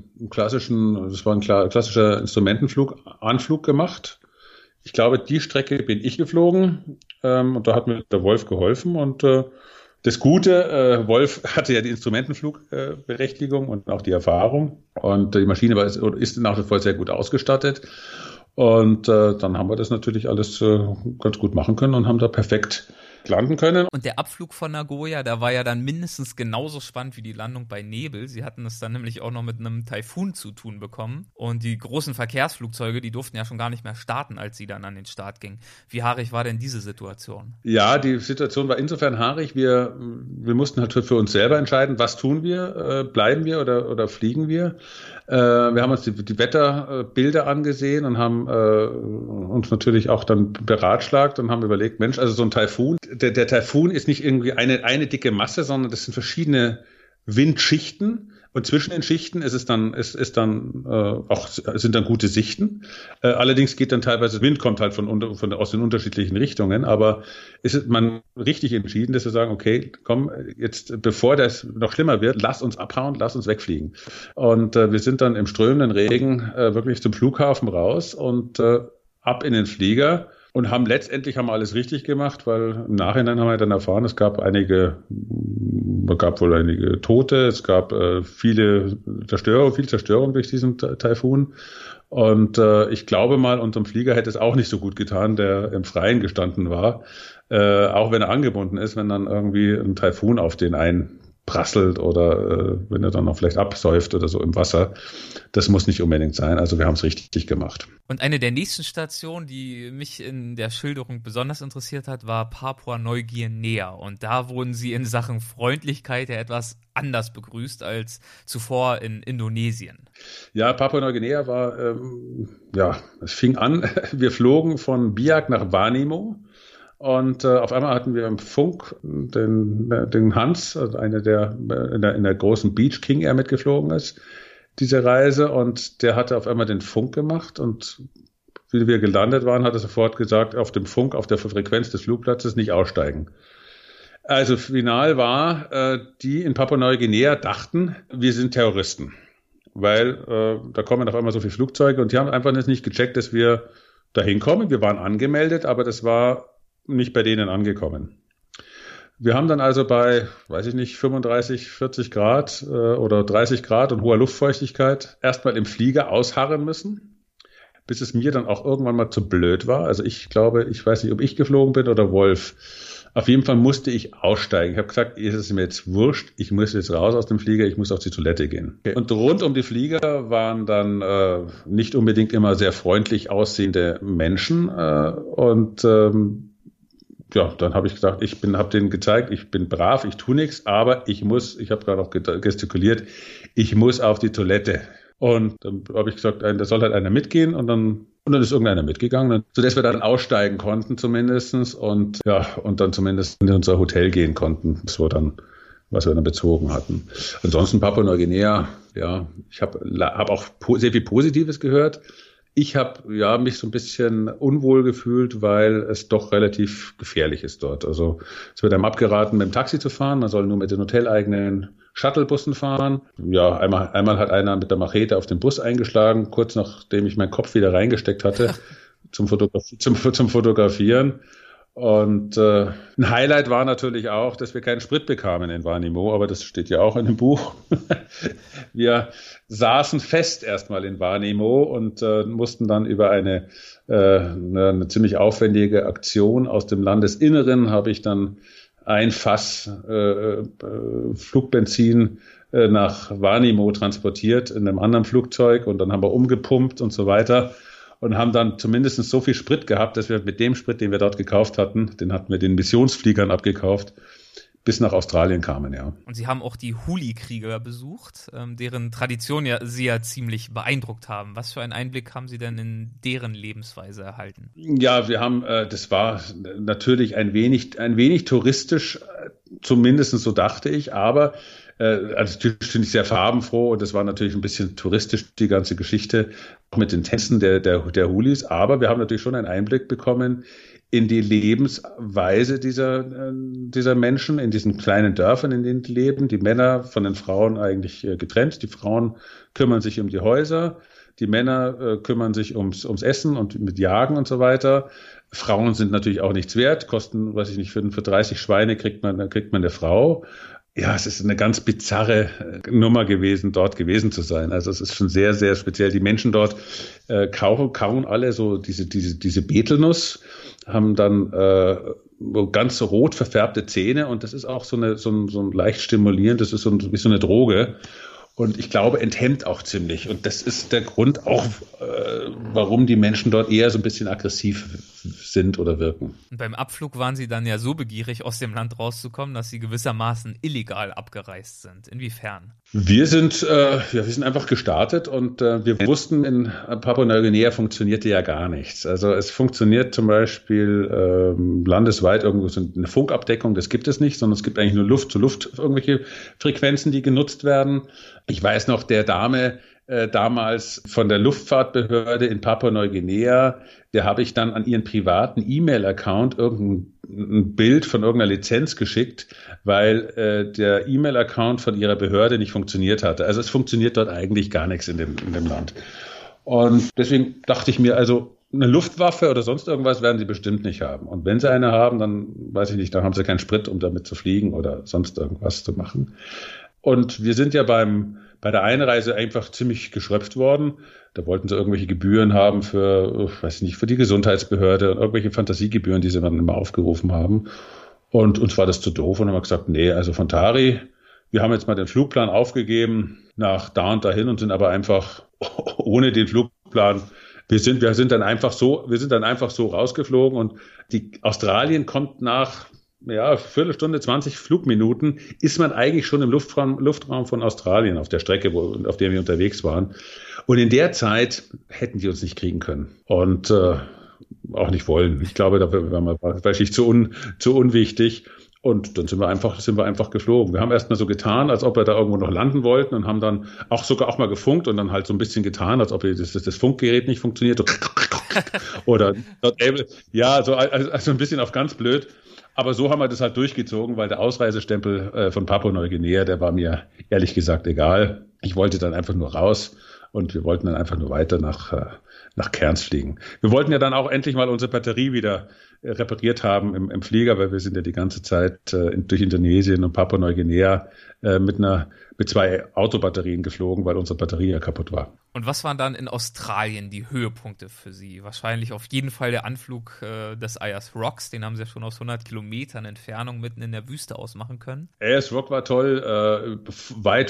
klassischer Anflug gemacht. Ich glaube, die Strecke bin ich geflogen und da hat mir der Wolf geholfen und das Gute, Wolf hatte ja die Instrumentenflugberechtigung und auch die Erfahrung und die Maschine ist nach wie vor sehr gut ausgestattet und dann haben wir das natürlich alles ganz gut machen können und haben da perfekt landen können. Und der Abflug von Nagoya, der war ja dann mindestens genauso spannend wie die Landung bei Nebel. Sie hatten es dann nämlich auch noch mit einem Taifun zu tun bekommen. Und die großen Verkehrsflugzeuge, die durften ja schon gar nicht mehr starten, als sie dann an den Start gingen. Wie haarig war denn diese Situation? Ja, die Situation war insofern haarig. Wir mussten halt für uns selber entscheiden, was tun wir? Bleiben wir oder fliegen wir? Wir haben uns die Wetterbilder angesehen und haben uns natürlich auch dann beratschlagt und haben überlegt, Mensch, also so ein Taifun, der Taifun ist nicht irgendwie eine dicke Masse, sondern das sind verschiedene Windschichten und zwischen den Schichten sind dann gute Sichten. Allerdings geht dann teilweise Wind kommt halt aus den unterschiedlichen Richtungen, aber ist man richtig entschieden, dass wir sagen, okay, komm, jetzt bevor das noch schlimmer wird, lass uns abhauen, lass uns wegfliegen. Und wir sind dann im strömenden Regen wirklich zum Flughafen raus und ab in den Flieger. Und haben alles richtig gemacht, weil im Nachhinein haben wir dann erfahren, es gab wohl einige Tote, es gab viel Zerstörung durch diesen Taifun. Und ich glaube mal, unserem Flieger hätte es auch nicht so gut getan, der im Freien gestanden war, auch wenn er angebunden ist, wenn dann irgendwie ein Taifun auf den einprasselt oder wenn er dann noch vielleicht absäuft oder so im Wasser. Das muss nicht unbedingt sein. Also wir haben es richtig gemacht. Und eine der nächsten Stationen, die mich in der Schilderung besonders interessiert hat, war Papua-Neuguinea. Und da wurden sie in Sachen Freundlichkeit ja etwas anders begrüßt als zuvor in Indonesien. Ja, Papua-Neuguinea war, es fing an, wir flogen von Biak nach Wanimo. Und auf einmal hatten wir im Funk den Hans, also einer, der in der großen Beach King Air mitgeflogen ist, diese Reise. Und der hatte auf einmal den Funk gemacht. Und wie wir gelandet waren, hat er sofort gesagt, auf dem Funk, auf der Frequenz des Flugplatzes nicht aussteigen. Also final war, die in Papua-Neuguinea dachten, wir sind Terroristen. Weil da kommen auf einmal so viele Flugzeuge und die haben einfach nicht gecheckt, dass wir da hinkommen. Wir waren angemeldet, aber das war nicht bei denen angekommen. Wir haben dann also bei, 35, 40 Grad oder 30 Grad und hoher Luftfeuchtigkeit erstmal im Flieger ausharren müssen, bis es mir dann auch irgendwann mal zu blöd war. Also ich glaube, ich weiß nicht, ob ich geflogen bin oder Wolf. Auf jeden Fall musste ich aussteigen. Ich habe gesagt, es ist mir jetzt wurscht, ich muss jetzt raus aus dem Flieger, ich muss auf die Toilette gehen. Okay. Und rund um die Flieger waren dann nicht unbedingt immer sehr freundlich aussehende Menschen ja, dann habe ich gesagt, habe denen gezeigt, ich bin brav, ich tue nichts, aber ich habe gerade auch gestikuliert, ich muss auf die Toilette. Und dann habe ich gesagt, da soll halt einer mitgehen und dann ist irgendeiner mitgegangen, sodass wir dann aussteigen konnten zumindestens und dann zumindest in unser Hotel gehen konnten, was wir dann bezogen hatten. Ansonsten Papua-Neuguinea, ja, ich habe auch sehr viel Positives gehört. Ich habe mich so ein bisschen unwohl gefühlt, weil es doch relativ gefährlich ist dort. Also es wird einem abgeraten, mit dem Taxi zu fahren. Man soll nur mit den hoteleigenen Shuttlebussen fahren. Ja, einmal hat einer mit der Machete auf den Bus eingeschlagen, kurz nachdem ich meinen Kopf wieder reingesteckt hatte zum Fotografieren. Und ein Highlight war natürlich auch, dass wir keinen Sprit bekamen in Vanimo, aber das steht ja auch in dem Buch. Wir saßen fest erstmal in Vanimo und mussten dann über eine ziemlich aufwendige Aktion aus dem Landesinneren, habe ich dann ein Fass Flugbenzin nach Vanimo transportiert in einem anderen Flugzeug und dann haben wir umgepumpt und so weiter. Und haben dann zumindest so viel Sprit gehabt, dass wir mit dem Sprit, den wir dort gekauft hatten, den hatten wir den Missionsfliegern abgekauft, bis nach Australien kamen, ja. Und Sie haben auch die Huli-Krieger besucht, deren Tradition Sie ja ziemlich beeindruckt haben. Was für einen Einblick haben Sie denn in deren Lebensweise erhalten? Ja, wir haben, das war natürlich ein wenig touristisch, zumindest so dachte ich, aber also finde ich sehr farbenfroh und das war natürlich ein bisschen touristisch, die ganze Geschichte, auch mit den Tänzen der Hulis. Aber wir haben natürlich schon einen Einblick bekommen in die Lebensweise dieser Menschen, in diesen kleinen Dörfern, in denen die leben. Die Männer von den Frauen eigentlich getrennt. Die Frauen kümmern sich um die Häuser. Die Männer kümmern sich ums Essen und mit Jagen und so weiter. Frauen sind natürlich auch nichts wert, kosten, weiß ich nicht, für 30 Schweine kriegt man eine Frau. Ja, es ist eine ganz bizarre Nummer gewesen, dort gewesen zu sein. Also es ist schon sehr, sehr speziell. Die Menschen dort kauen alle so diese Betelnuss, haben dann ganz rot verfärbte Zähne und das ist auch so ein leicht stimulierend, das ist wie so eine Droge. Und ich glaube, enthemmt auch ziemlich. Und das ist der Grund auch, warum die Menschen dort eher so ein bisschen aggressiv sind oder wirken. Und beim Abflug waren Sie dann ja so begierig, aus dem Land rauszukommen, dass Sie gewissermaßen illegal abgereist sind. Inwiefern? Wir sind einfach gestartet und wir wussten, in Papua-Neuguinea funktionierte ja gar nichts. Also es funktioniert zum Beispiel landesweit irgendwo so eine Funkabdeckung, das gibt es nicht, sondern es gibt eigentlich nur Luft zu Luft irgendwelche Frequenzen, die genutzt werden. Ich weiß noch, der Dame damals von der Luftfahrtbehörde in Papua-Neuguinea, der habe ich dann an ihren privaten E-Mail-Account irgendein Bild von irgendeiner Lizenz geschickt, weil der E-Mail-Account von ihrer Behörde nicht funktioniert hatte. Also es funktioniert dort eigentlich gar nichts in dem Land. Und deswegen dachte ich mir, also eine Luftwaffe oder sonst irgendwas werden sie bestimmt nicht haben. Und wenn sie eine haben, dann weiß ich nicht, dann haben sie keinen Sprit, um damit zu fliegen oder sonst irgendwas zu machen. Und wir sind ja bei der Einreise einfach ziemlich geschröpft worden. Da wollten sie irgendwelche Gebühren haben für die Gesundheitsbehörde und irgendwelche Fantasiegebühren, die sie dann immer aufgerufen haben. Und uns war das zu doof und haben gesagt, nee, also von Tari, wir haben jetzt mal den Flugplan aufgegeben nach da und dahin und sind aber einfach ohne den Flugplan. Wir sind dann einfach so rausgeflogen und Australien kommt nach Viertelstunde, 20 Flugminuten ist man eigentlich schon im Luftraum von Australien auf der Strecke, auf der wir unterwegs waren. Und in der Zeit hätten die uns nicht kriegen können und auch nicht wollen. Ich glaube, da waren wir wahrscheinlich zu unwichtig. Und dann sind wir einfach geflogen. Wir haben erstmal so getan, als ob wir da irgendwo noch landen wollten und haben dann auch mal gefunkt und dann halt so ein bisschen getan, als ob das Funkgerät nicht funktioniert. Oder so ein bisschen auf ganz blöd. Aber so haben wir das halt durchgezogen, weil der Ausreisestempel von Papua-Neuguinea, der war mir ehrlich gesagt egal. Ich wollte dann einfach nur raus und wir wollten dann einfach nur weiter nach Cairns fliegen. Wir wollten ja dann auch endlich mal unsere Batterie wieder repariert haben im Flieger, weil wir sind ja die ganze Zeit durch Indonesien und Papua-Neuguinea mit 2 Autobatterien geflogen, weil unsere Batterie ja kaputt war. Und was waren dann in Australien die Höhepunkte für Sie? Wahrscheinlich auf jeden Fall der Anflug des Ayers Rocks, den haben Sie ja schon aus 100 Kilometern Entfernung mitten in der Wüste aus machen können. Ayers Rock war toll, weit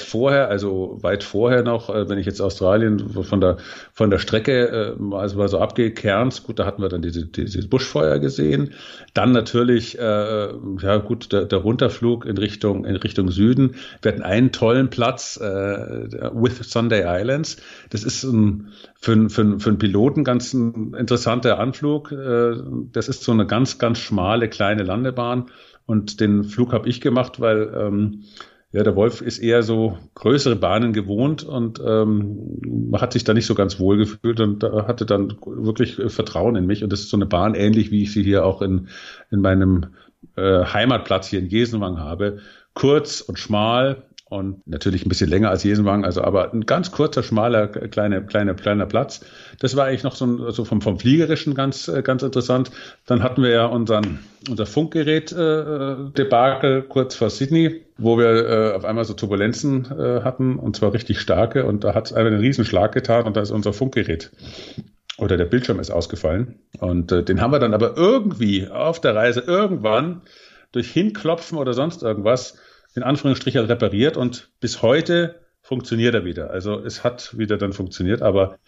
vorher noch, wenn ich jetzt Australien von der Strecke mal so abgehe, Cairns, gut, da hatten wir dann diese Buschfeuer gesehen. gesehen. Dann natürlich, der Runterflug in Richtung Süden. Wir hatten einen tollen Platz, with Sunday Islands. Das ist für einen Piloten ganz ein interessanter Anflug. Das ist so eine ganz, ganz schmale, kleine Landebahn. Und den Flug habe ich gemacht, weil der Wolf ist eher so größere Bahnen gewohnt und man hat sich da nicht so ganz wohl gefühlt und hatte dann wirklich Vertrauen in mich. Und das ist so eine Bahn, ähnlich wie ich sie hier auch in meinem Heimatplatz hier in Jesenwang habe. Kurz und schmal und natürlich ein bisschen länger als Jesenwang, also aber ein ganz kurzer, schmaler, kleiner Platz. Das war eigentlich noch so vom Fliegerischen ganz interessant. Dann hatten wir ja unser Funkgerät Debakel kurz vor Sydney, wo wir auf einmal so Turbulenzen hatten, und zwar richtig starke, und da hat es einen Riesenschlag getan und da ist unser Funkgerät oder der Bildschirm ist ausgefallen, und den haben wir dann aber irgendwie auf der Reise irgendwann durch Hinklopfen oder sonst irgendwas in Anführungsstrichen repariert, und bis heute funktioniert er wieder. Also es hat wieder dann funktioniert, aber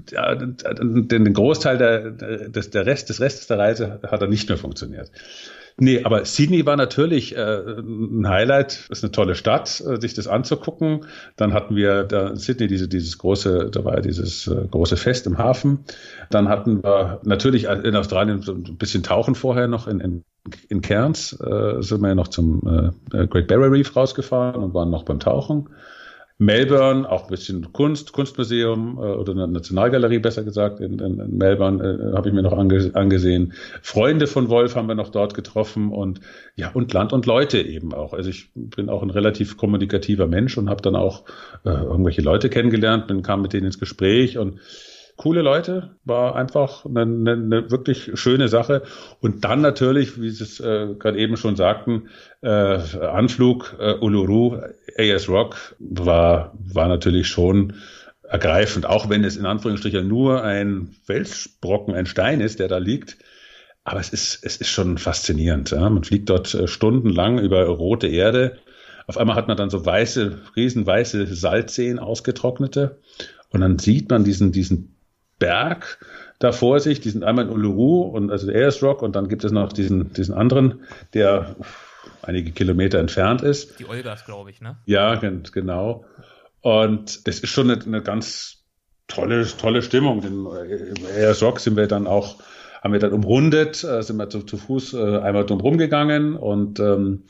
den Großteil des Restes der Reise hat er nicht mehr funktioniert. Nee, aber Sydney war natürlich ein Highlight. Das ist eine tolle Stadt, sich das anzugucken. Dann hatten wir da in Sydney dieses große Fest im Hafen. Dann hatten wir natürlich in Australien so ein bisschen Tauchen vorher noch in Cairns. Sind wir ja noch zum Great Barrier Reef rausgefahren und waren noch beim Tauchen. Melbourne, auch ein bisschen Kunstmuseum oder eine Nationalgalerie, besser gesagt, in Melbourne habe ich mir noch angesehen. Freunde von Wolf haben wir noch dort getroffen und Land und Leute eben auch. Also ich bin auch ein relativ kommunikativer Mensch und habe dann auch irgendwelche Leute kennengelernt, kam mit denen ins Gespräch und coole Leute, war einfach eine wirklich schöne Sache. Und dann natürlich, wie Sie es gerade eben schon sagten, Anflug Uluru, Ayers Rock war natürlich schon ergreifend, auch wenn es in Anführungsstrichen nur ein Felsbrocken, ein Stein ist, der da liegt. Aber es ist schon faszinierend. Ja? Man fliegt dort stundenlang über rote Erde. Auf einmal hat man dann so riesenweiße Salzseen, ausgetrocknete. Und dann sieht man diesen Berg da vor sich, diesen einmal in Uluru und also der Ayers Rock, und dann gibt es noch diesen anderen, der einige Kilometer entfernt ist. Die Olgas, glaube ich, ne? Ja, genau. Und das ist schon eine ganz tolle Stimmung. Den Ayers Rock haben wir dann umrundet, sind wir zu Fuß einmal drumherum gegangen, und dann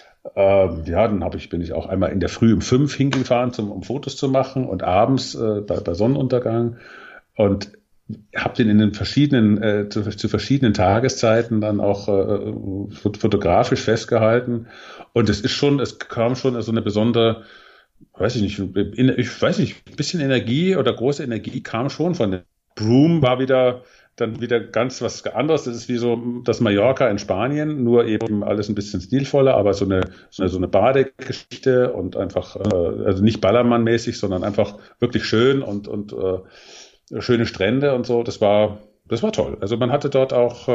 bin ich auch einmal in der Früh um 5 hingefahren, um Fotos zu machen, und abends bei Sonnenuntergang. Und habe den in den verschiedenen zu verschiedenen Tageszeiten dann auch fotografisch festgehalten. Und es kam schon so eine besondere, ein bisschen Energie oder große Energie kam schon von dem. Broome war wieder ganz was anderes. Das ist wie so das Mallorca in Spanien, nur eben alles ein bisschen stilvoller, aber so eine Badegeschichte und einfach, also nicht Ballermann-mäßig, sondern einfach wirklich schön und schöne Strände und so. Das war toll. Also man hatte dort auch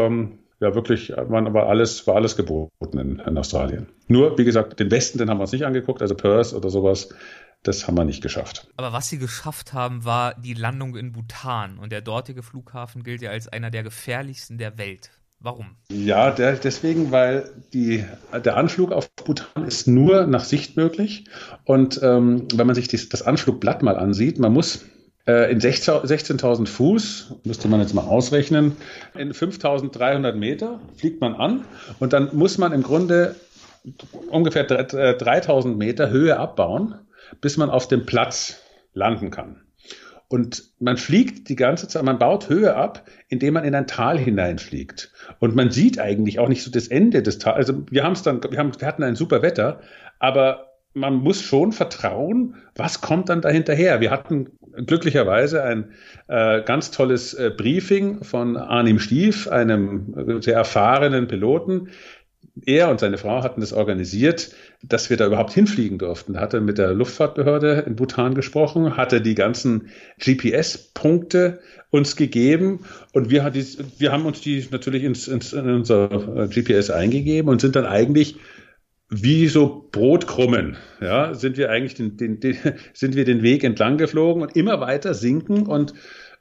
war alles geboten in Australien. Nur, wie gesagt, den Westen, den haben wir uns nicht angeguckt, also Perth oder sowas, das haben wir nicht geschafft. Aber was sie geschafft haben, war die Landung in Bhutan, und der dortige Flughafen gilt ja als einer der gefährlichsten der Welt. Warum? Ja, deswegen, weil der Anflug auf Bhutan ist nur nach Sicht möglich, und wenn man sich das Anflugblatt mal ansieht, man muss in 16.000 Fuß, müsste man jetzt mal ausrechnen, in 5.300 Meter fliegt man an, und dann muss man im Grunde ungefähr 3.000 Meter Höhe abbauen, bis man auf dem Platz landen kann. Und man fliegt die ganze Zeit, man baut Höhe ab, indem man in ein Tal hineinfliegt. Und man sieht eigentlich auch nicht so das Ende des Tals. Also wir hatten ein super Wetter, aber man muss schon vertrauen, was kommt dann da hinterher. Wir hatten glücklicherweise ein ganz tolles Briefing von Arnim Stief, einem sehr erfahrenen Piloten. Er und seine Frau hatten das organisiert, dass wir da überhaupt hinfliegen durften. Er hatte mit der Luftfahrtbehörde in Bhutan gesprochen, hatte die ganzen GPS-Punkte uns gegeben, und wir haben uns die natürlich in unser GPS eingegeben und sind dann eigentlich wie so Brotkrumen, sind wir eigentlich den Weg entlang geflogen und immer weiter sinken und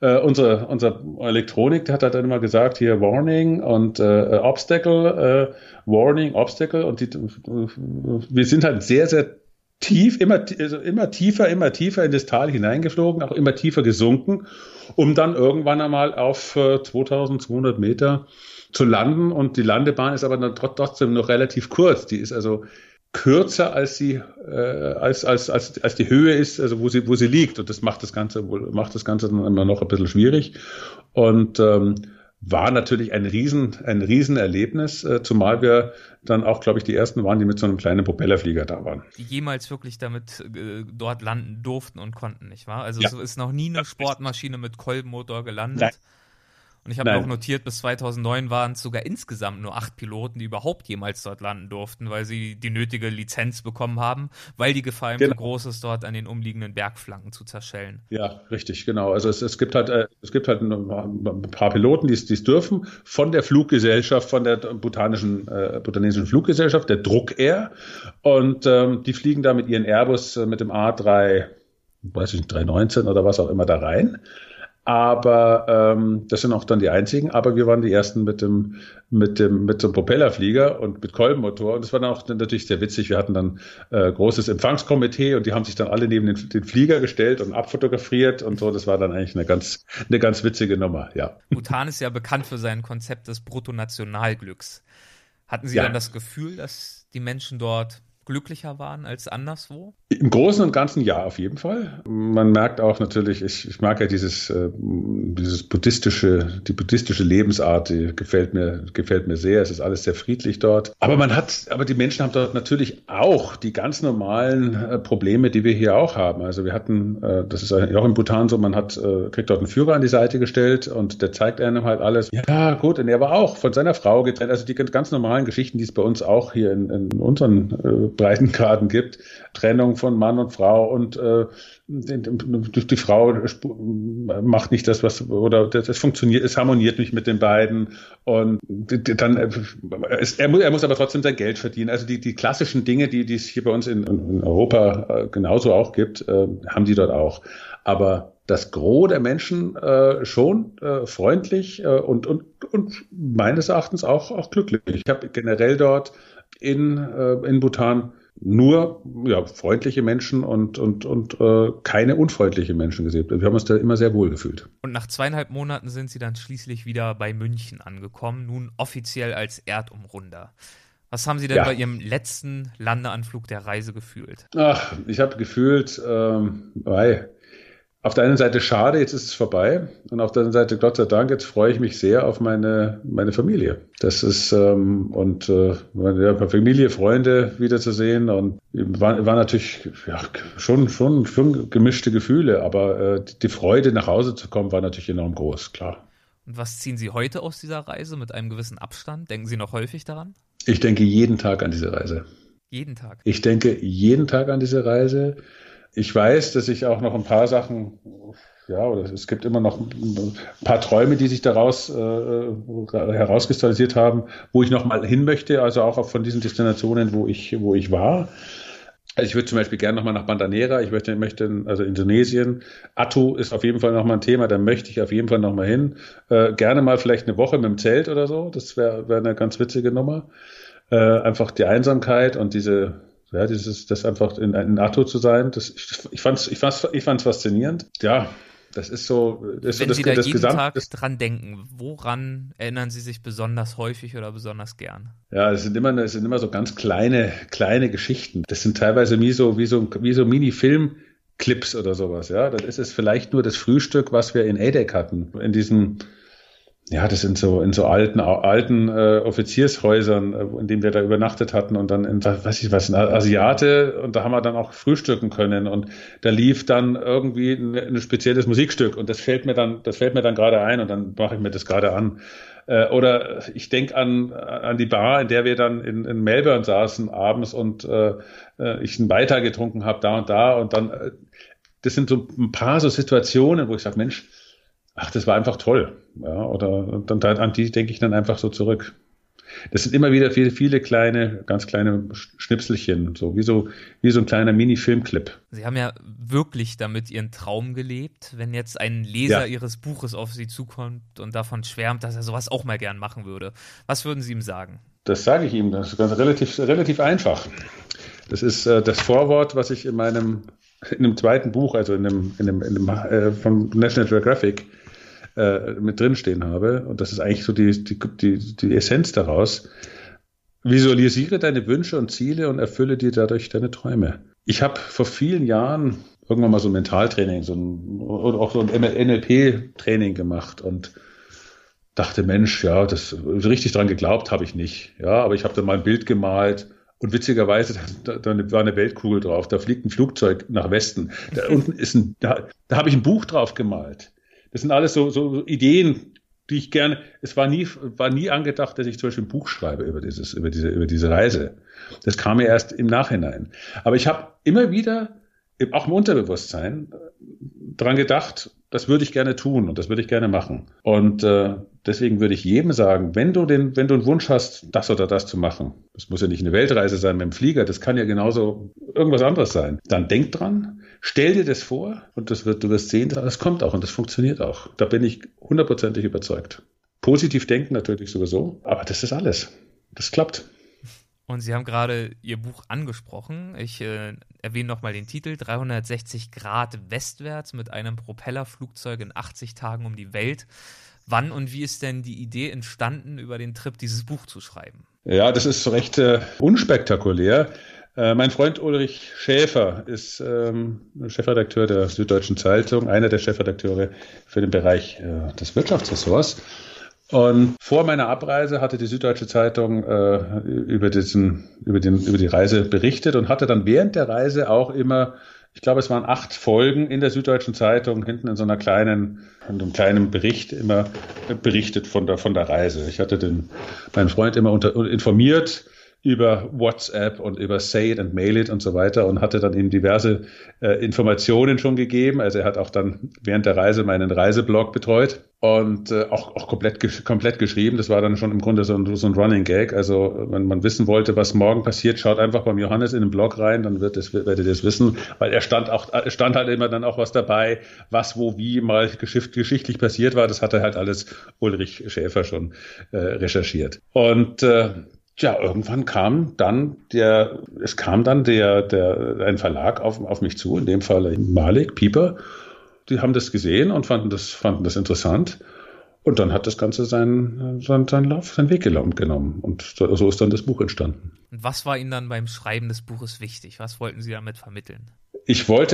Unser Elektronik, der hat halt dann immer gesagt, hier Warning und Obstacle, Warning, Obstacle. Und wir sind halt sehr, sehr tief, immer tiefer in das Tal hineingeflogen, auch immer tiefer gesunken, um dann irgendwann einmal auf 2200 Meter zu landen. Und die Landebahn ist aber dann trotzdem noch relativ kurz. Die ist also kürzer als als die Höhe ist, also wo sie liegt. Und das macht das Ganze dann immer noch ein bisschen schwierig. Und war natürlich ein Riesenerlebnis, zumal wir dann auch, glaube ich, die ersten waren, die mit so einem kleinen Propellerflieger da waren. Die jemals wirklich damit dort landen durften und konnten, nicht wahr? Also ja. Es ist noch nie eine Sportmaschine mit Kolbenmotor gelandet. Nein. Und ich habe auch notiert, bis 2009 waren es sogar insgesamt nur 8 Piloten, die überhaupt jemals dort landen durften, weil sie die nötige Lizenz bekommen haben, weil die Gefahr eben so groß ist, dort an den umliegenden Bergflanken zu zerschellen. Ja, richtig, genau. Also es gibt halt ein paar Piloten, die es dürfen, von der Fluggesellschaft, von der botanesischen Fluggesellschaft, der Druk Air. Und die fliegen da mit ihren Airbus mit dem A319 oder was auch immer da rein. Aber das sind auch dann die einzigen. Aber wir waren die ersten mit dem Propellerflieger und mit Kolbenmotor. Und das war dann auch natürlich sehr witzig. Wir hatten dann großes Empfangskomitee und die haben sich dann alle neben den Flieger gestellt und abfotografiert und so. Das war dann eigentlich eine ganz witzige Nummer. Ja. Bhutan ist ja bekannt für sein Konzept des Bruttonationalglücks. Hatten Sie dann das Gefühl, dass die Menschen dort glücklicher waren als anderswo? Im Großen und Ganzen ja, auf jeden Fall. Man merkt auch natürlich, ich mag ja die buddhistische Lebensart, die gefällt mir sehr. Es ist alles sehr friedlich dort. Aber die Menschen haben dort natürlich auch die ganz normalen Probleme, die wir hier auch haben. Also wir hatten, das ist auch in Bhutan so, man kriegt dort einen Führer an die Seite gestellt und der zeigt einem halt alles. Ja, gut, und er war auch von seiner Frau getrennt. Also die ganz normalen Geschichten, die es bei uns auch hier in unseren Breitengraden gibt. Trennung von Mann und Frau und die Frau macht nicht das, das funktioniert, es harmoniert nicht mit den beiden und dann er muss aber trotzdem sein Geld verdienen. Also die klassischen Dinge, die es hier bei uns in Europa genauso auch gibt, haben die dort auch. Aber das Gros der Menschen schon freundlich und meines Erachtens auch glücklich. Ich habe generell dort in Bhutan nur freundliche Menschen und keine unfreundlichen Menschen gesehen. Wir haben uns da immer sehr wohl gefühlt. Und nach 2,5 Monaten sind Sie dann schließlich wieder bei München angekommen, nun offiziell als Erdumrunder. Was haben Sie denn bei Ihrem letzten Landeanflug der Reise gefühlt? Ach, ich habe gefühlt, auf der einen Seite schade, jetzt ist es vorbei. Und auf der anderen Seite, Gott sei Dank, jetzt freue ich mich sehr auf meine Familie. Das ist, meine Familie, Freunde wiederzusehen. Und war natürlich schon gemischte Gefühle. Aber die Freude, nach Hause zu kommen, war natürlich enorm groß, klar. Und was ziehen Sie heute aus dieser Reise mit einem gewissen Abstand? Denken Sie noch häufig daran? Ich denke jeden Tag an diese Reise. Jeden Tag? Ich denke jeden Tag an diese Reise. Ich weiß, dass ich auch noch ein paar Sachen, oder es gibt immer noch ein paar Träume, die sich daraus herauskristallisiert haben, wo ich noch mal hin möchte, also auch von diesen Destinationen, wo ich war. Also ich würde zum Beispiel gerne noch mal nach Bandanera, ich möchte Indonesien. Attu ist auf jeden Fall noch mal ein Thema, da möchte ich auf jeden Fall noch mal hin. Gerne mal vielleicht eine Woche mit dem Zelt oder so, das wäre eine ganz witzige Nummer. Einfach die Einsamkeit und das einfach in Attu zu sein, ich fand's faszinierend. Ja, das ist so. Wenn Sie da jeden Tag dran denken, woran erinnern Sie sich besonders häufig oder besonders gern? Ja, es sind immer so ganz kleine Geschichten. Das sind teilweise wie so Mini-Film-Clips oder sowas. Ja, das ist es vielleicht nur das Frühstück, was wir in Adak hatten, in diesen. Ja, das sind in so alten Offiziershäusern, in denen wir da übernachtet hatten und dann ein Asiate und da haben wir dann auch frühstücken können und da lief dann irgendwie ein spezielles Musikstück und das fällt mir dann gerade ein und dann mache ich mir das gerade an. Oder ich denke an die Bar, in der wir dann in Melbourne saßen abends und ich einen Weiter getrunken habe da und dann, das sind so ein paar so Situationen, wo ich sage, Mensch, ach, das war einfach toll. Ja, oder dann an die denke ich dann einfach so zurück. Das sind immer wieder viele kleine, ganz kleine Schnipselchen, wie so ein kleiner Mini-Filmclip. Sie haben ja wirklich damit Ihren Traum gelebt. Wenn jetzt ein Leser Ihres Buches auf Sie zukommt und davon schwärmt, dass er sowas auch mal gern machen würde, was würden Sie ihm sagen? Das sage ich ihm, das ist ganz relativ einfach. Das ist das Vorwort, was ich in einem zweiten Buch, also in dem von National Geographic mit drinstehen habe. Und das ist eigentlich so die Essenz daraus. Visualisiere deine Wünsche und Ziele und erfülle dir dadurch deine Träume. Ich habe vor vielen Jahren irgendwann mal so ein Mentaltraining, auch so ein NLP-Training gemacht und dachte, Mensch, ja, das richtig dran geglaubt habe ich nicht. Ja, aber ich habe dann mal ein Bild gemalt und witzigerweise, da war eine Weltkugel drauf, da fliegt ein Flugzeug nach Westen. Da unten da habe ich ein Buch drauf gemalt. Das sind alles so Ideen, die ich gerne, es war nie angedacht, dass ich zum Beispiel ein Buch schreibe über diese Reise. Das kam mir erst im Nachhinein. Aber ich habe immer wieder, auch im Unterbewusstsein, dran gedacht, das würde ich gerne tun und das würde ich gerne machen. Und deswegen würde ich jedem sagen, wenn du einen Wunsch hast, das oder das zu machen, das muss ja nicht eine Weltreise sein mit dem Flieger, das kann ja genauso irgendwas anderes sein, dann denk dran, stell dir das vor und du wirst sehen, das kommt auch und das funktioniert auch. Da bin ich 100% überzeugt. Positiv denken natürlich sowieso, aber das ist alles. Das klappt. Und Sie haben gerade Ihr Buch angesprochen. Ich erwähne nochmal den Titel: 360 Grad westwärts mit einem Propellerflugzeug in 80 Tagen um die Welt. Wann und wie ist denn die Idee entstanden, über den Trip dieses Buch zu schreiben? Ja, das ist recht unspektakulär. Mein Freund Ulrich Schäfer ist Chefredakteur der Süddeutschen Zeitung, einer der Chefredakteure für den Bereich des Wirtschaftsressorts. Und vor meiner Abreise hatte die Süddeutsche Zeitung über die Reise berichtet und hatte dann während der Reise auch immer, ich glaube, es waren 8 Folgen in der Süddeutschen Zeitung, hinten in einem kleinen Bericht immer berichtet von der Reise. Ich hatte meinen Freund immer informiert über WhatsApp und über Say It and Mail It und so weiter und hatte dann ihm diverse Informationen schon gegeben. Also er hat auch dann während der Reise meinen Reiseblog betreut und auch komplett geschrieben. Das war dann schon im Grunde so ein Running Gag. Also wenn man wissen wollte, was morgen passiert, schaut einfach beim Johannes in den Blog rein, dann werdet ihr das wissen, weil er stand halt immer dann auch was dabei, was, wo, wie mal geschichtlich passiert war. Das hatte halt alles Ulrich Schäfer schon recherchiert. Und irgendwann kam dann ein Verlag auf mich zu, in dem Fall Malik, Pieper. Die haben das gesehen und fanden das interessant. Und dann hat das Ganze seinen Weg genommen. Und so ist dann das Buch entstanden. Und was war Ihnen dann beim Schreiben des Buches wichtig? Was wollten Sie damit vermitteln? Ich wollte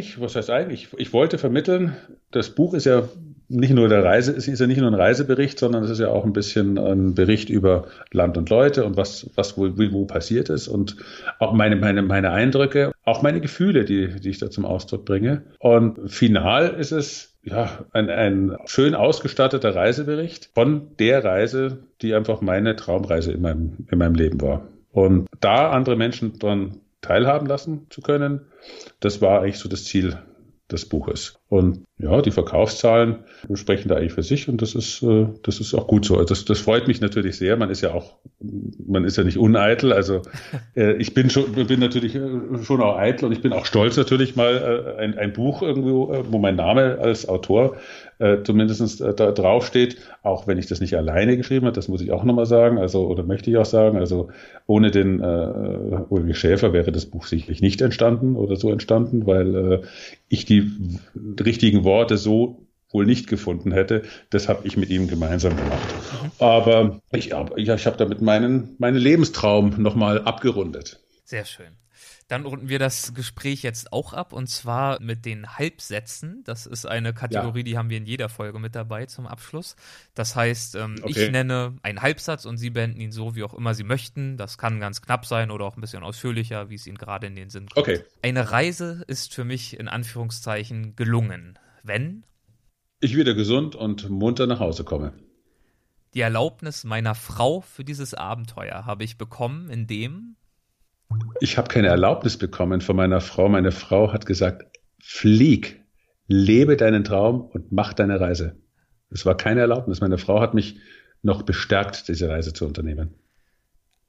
vermitteln, das Buch ist ja nicht nur es ist ja nicht nur ein Reisebericht, sondern es ist ja auch ein bisschen ein Bericht über Land und Leute und was wo passiert ist und auch meine Eindrücke, auch meine Gefühle, die ich da zum Ausdruck bringe. Und final ist es ein schön ausgestatteter Reisebericht von der Reise, die einfach meine Traumreise in meinem Leben war. Und da andere Menschen dran teilhaben lassen zu können, das war eigentlich so das Ziel des Buches. Und ja, die Verkaufszahlen sprechen da eigentlich für sich und das ist auch gut so. Das freut mich natürlich sehr. Man ist ja nicht uneitel. Also ich bin natürlich schon auch eitel und ich bin auch stolz natürlich mal ein Buch irgendwo, wo mein Name als Autor zumindest da draufsteht, auch wenn ich das nicht alleine geschrieben habe, das muss ich auch nochmal sagen, oder möchte ich auch sagen, also ohne den Ulrich Schäfer wäre das Buch sicherlich nicht entstanden, weil ich die richtigen Worte so wohl nicht gefunden hätte. Das habe ich mit ihm gemeinsam gemacht. Aber ich habe damit meinen Lebenstraum nochmal abgerundet. Sehr schön. Dann runden wir das Gespräch jetzt auch ab und zwar mit den Halbsätzen. Das ist eine Kategorie, die haben wir in jeder Folge mit dabei zum Abschluss. Das heißt, ich nenne einen Halbsatz und Sie beenden ihn so, wie auch immer Sie möchten. Das kann ganz knapp sein oder auch ein bisschen ausführlicher, wie es Ihnen gerade in den Sinn kommt. Okay. Eine Reise ist für mich in Anführungszeichen gelungen, wenn ich wieder gesund und munter nach Hause komme. Die Erlaubnis meiner Frau für dieses Abenteuer habe ich bekommen, indem ich habe keine Erlaubnis bekommen von meiner Frau. Meine Frau hat gesagt, flieg, lebe deinen Traum und mach deine Reise. Es war keine Erlaubnis. Meine Frau hat mich noch bestärkt, diese Reise zu unternehmen.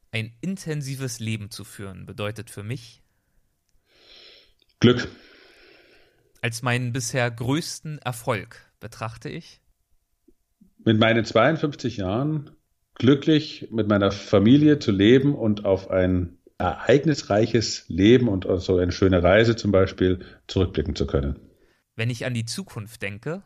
Ein intensives Leben zu führen bedeutet für mich Glück. als meinen bisher größten Erfolg betrachte ich Mit meinen 52 Jahren glücklich mit meiner Familie zu leben und auf ein ereignisreiches Leben und auf so eine schöne Reise zum Beispiel zurückblicken zu können. wenn ich an die Zukunft denke.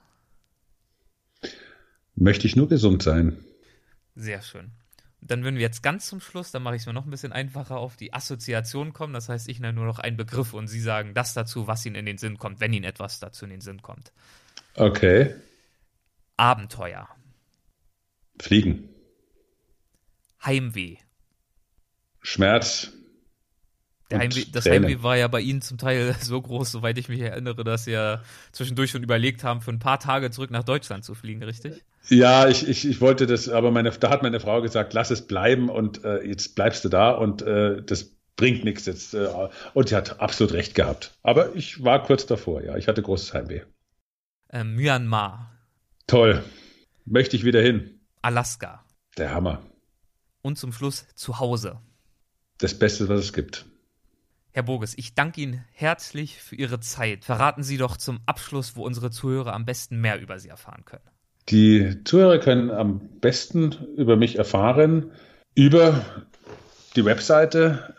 Möchte ich nur gesund sein. Sehr schön. Dann würden wir jetzt ganz zum Schluss, dann mache ich es mir noch ein bisschen einfacher, auf die Assoziation kommen. Das heißt, ich nenne nur noch einen Begriff und Sie sagen das dazu, was Ihnen in den Sinn kommt, wenn Ihnen etwas dazu in den Sinn kommt. Okay. Abenteuer. Fliegen. Heimweh. Schmerz. Das Heimweh war ja bei Ihnen zum Teil so groß, soweit ich mich erinnere, dass Sie ja zwischendurch schon überlegt haben, für ein paar Tage zurück nach Deutschland zu fliegen, richtig? Ja, ich wollte das, aber da hat meine Frau gesagt, lass es bleiben und jetzt bleibst du da und das bringt nichts jetzt. Und sie hat absolut recht gehabt. Aber ich war kurz davor, ja. Ich hatte großes Heimweh. Myanmar. Toll. Möchte ich wieder hin. Alaska. Der Hammer. Und zum Schluss zu Hause. Das Beste, was es gibt. Herr Burges, ich danke Ihnen herzlich für Ihre Zeit. Verraten Sie doch zum Abschluss, wo unsere Zuhörer am besten mehr über Sie erfahren können. Die Zuhörer können am besten über mich erfahren über die Webseite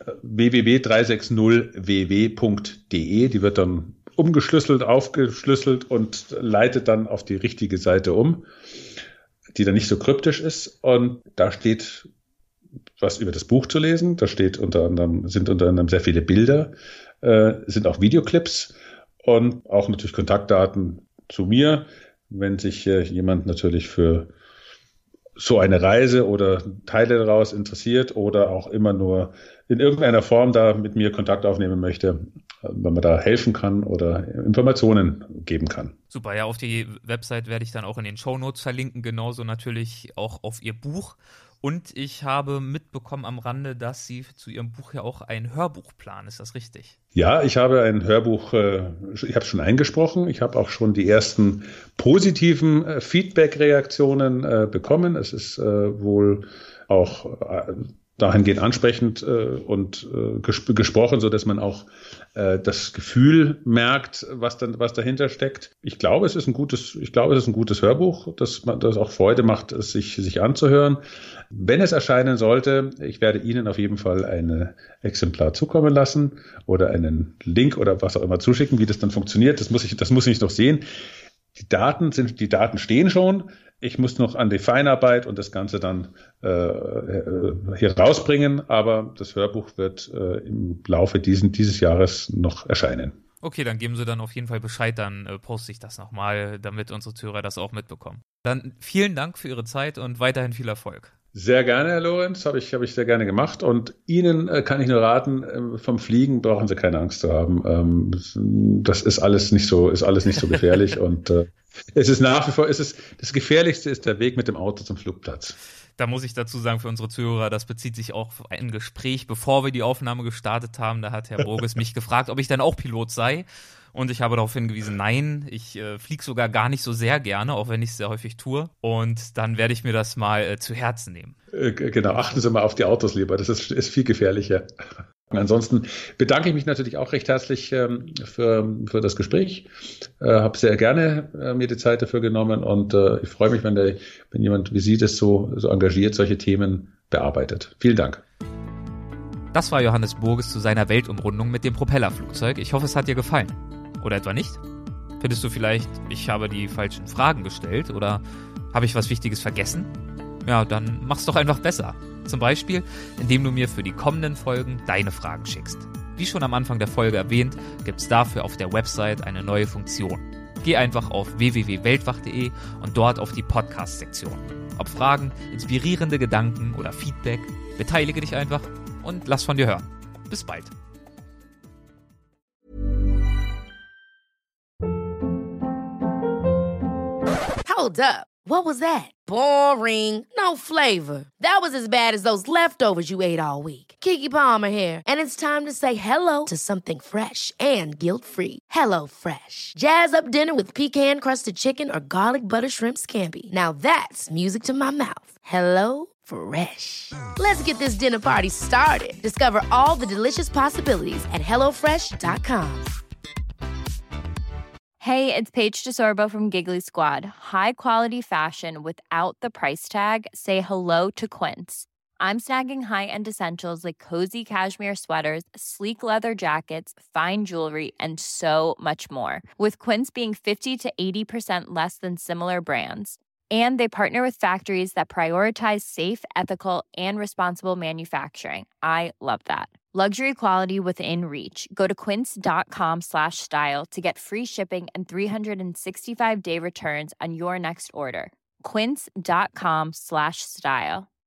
www.360ww.de. Die wird dann umgeschlüsselt, aufgeschlüsselt und leitet dann auf die richtige Seite um, die dann nicht so kryptisch ist. Und da steht was über das Buch zu lesen. Da sind unter anderem sehr viele Bilder, sind auch Videoclips und auch natürlich Kontaktdaten zu mir, wenn sich jemand natürlich für so eine Reise oder Teile daraus interessiert oder auch immer nur in irgendeiner Form da mit mir Kontakt aufnehmen möchte, wenn man da helfen kann oder Informationen geben kann. Super, ja, auf die Website werde ich dann auch in den Shownotes verlinken, genauso natürlich auch auf Ihr Buch. Und ich habe mitbekommen am Rande, dass Sie zu Ihrem Buch ja auch ein Hörbuch planen. Ist das richtig? Ja, ich habe ein Hörbuch, ich habe es schon eingesprochen. Ich habe auch schon die ersten positiven Feedback-Reaktionen bekommen. Es ist wohl auch dahingehend ansprechend und gesprochen, so dass man auch das Gefühl merkt, was dahinter steckt. Ich glaube, es ist ein gutes Hörbuch, das auch Freude macht, es sich anzuhören. Wenn es erscheinen sollte, ich werde Ihnen auf jeden Fall ein Exemplar zukommen lassen oder einen Link oder was auch immer zuschicken, wie das dann funktioniert. Das muss ich noch sehen. Die Daten stehen schon. Ich muss noch an die Feinarbeit und das Ganze dann hier rausbringen, aber das Hörbuch wird im Laufe dieses Jahres noch erscheinen. Okay, dann geben Sie dann auf jeden Fall Bescheid, dann poste ich das nochmal, damit unsere Zuhörer das auch mitbekommen. Dann vielen Dank für Ihre Zeit und weiterhin viel Erfolg. Sehr gerne, Herr Lorenz, habe ich sehr gerne gemacht und Ihnen kann ich nur raten, vom Fliegen brauchen Sie keine Angst zu haben. Das ist alles nicht so gefährlich und es ist nach wie vor, das Gefährlichste ist der Weg mit dem Auto zum Flugplatz. Da muss ich dazu sagen, für unsere Zuhörer, das bezieht sich auch auf ein Gespräch, bevor wir die Aufnahme gestartet haben. Da hat Herr Burges mich gefragt, ob ich dann auch Pilot sei. Und ich habe darauf hingewiesen, nein, ich fliege sogar gar nicht so sehr gerne, auch wenn ich es sehr häufig tue. Und dann werde ich mir das mal zu Herzen nehmen. Genau, achten Sie mal auf die Autos lieber, das ist viel gefährlicher. Ansonsten bedanke ich mich natürlich auch recht herzlich für das Gespräch. Habe sehr gerne mir die Zeit dafür genommen und ich freue mich, wenn jemand wie Sie das so engagiert solche Themen bearbeitet. Vielen Dank. Das war Johannes Burges zu seiner Weltumrundung mit dem Propellerflugzeug. Ich hoffe, es hat dir gefallen. Oder etwa nicht? Findest du vielleicht, ich habe die falschen Fragen gestellt oder habe ich was Wichtiges vergessen? Ja, dann mach's doch einfach besser. Zum Beispiel, indem du mir für die kommenden Folgen deine Fragen schickst. Wie schon am Anfang der Folge erwähnt, gibt's dafür auf der Website eine neue Funktion. Geh einfach auf www.weltwach.de und dort auf die Podcast-Sektion. Ob Fragen, inspirierende Gedanken oder Feedback, beteilige dich einfach und lass von dir hören. Bis bald. Hold up. What was that? Boring. No flavor. That was as bad as those leftovers you ate all week. Keke Palmer here. And it's time to say hello to something fresh and guilt-free. Hello Fresh. Jazz up dinner with pecan-crusted chicken or garlic butter shrimp scampi. Now that's music to my mouth. Hello Fresh. Let's get this dinner party started. Discover all the delicious possibilities at hellofresh.com. Hey, it's Paige DeSorbo from Giggly Squad. High quality fashion without the price tag. Say hello to Quince. I'm snagging high-end essentials like cozy cashmere sweaters, sleek leather jackets, fine jewelry, and so much more. With Quince being 50 to 80% less than similar brands. And they partner with factories that prioritize safe, ethical, and responsible manufacturing. I love that. Luxury quality within reach. Go to quince.com/style to get free shipping and 365-day returns on your next order. Quince.com/style.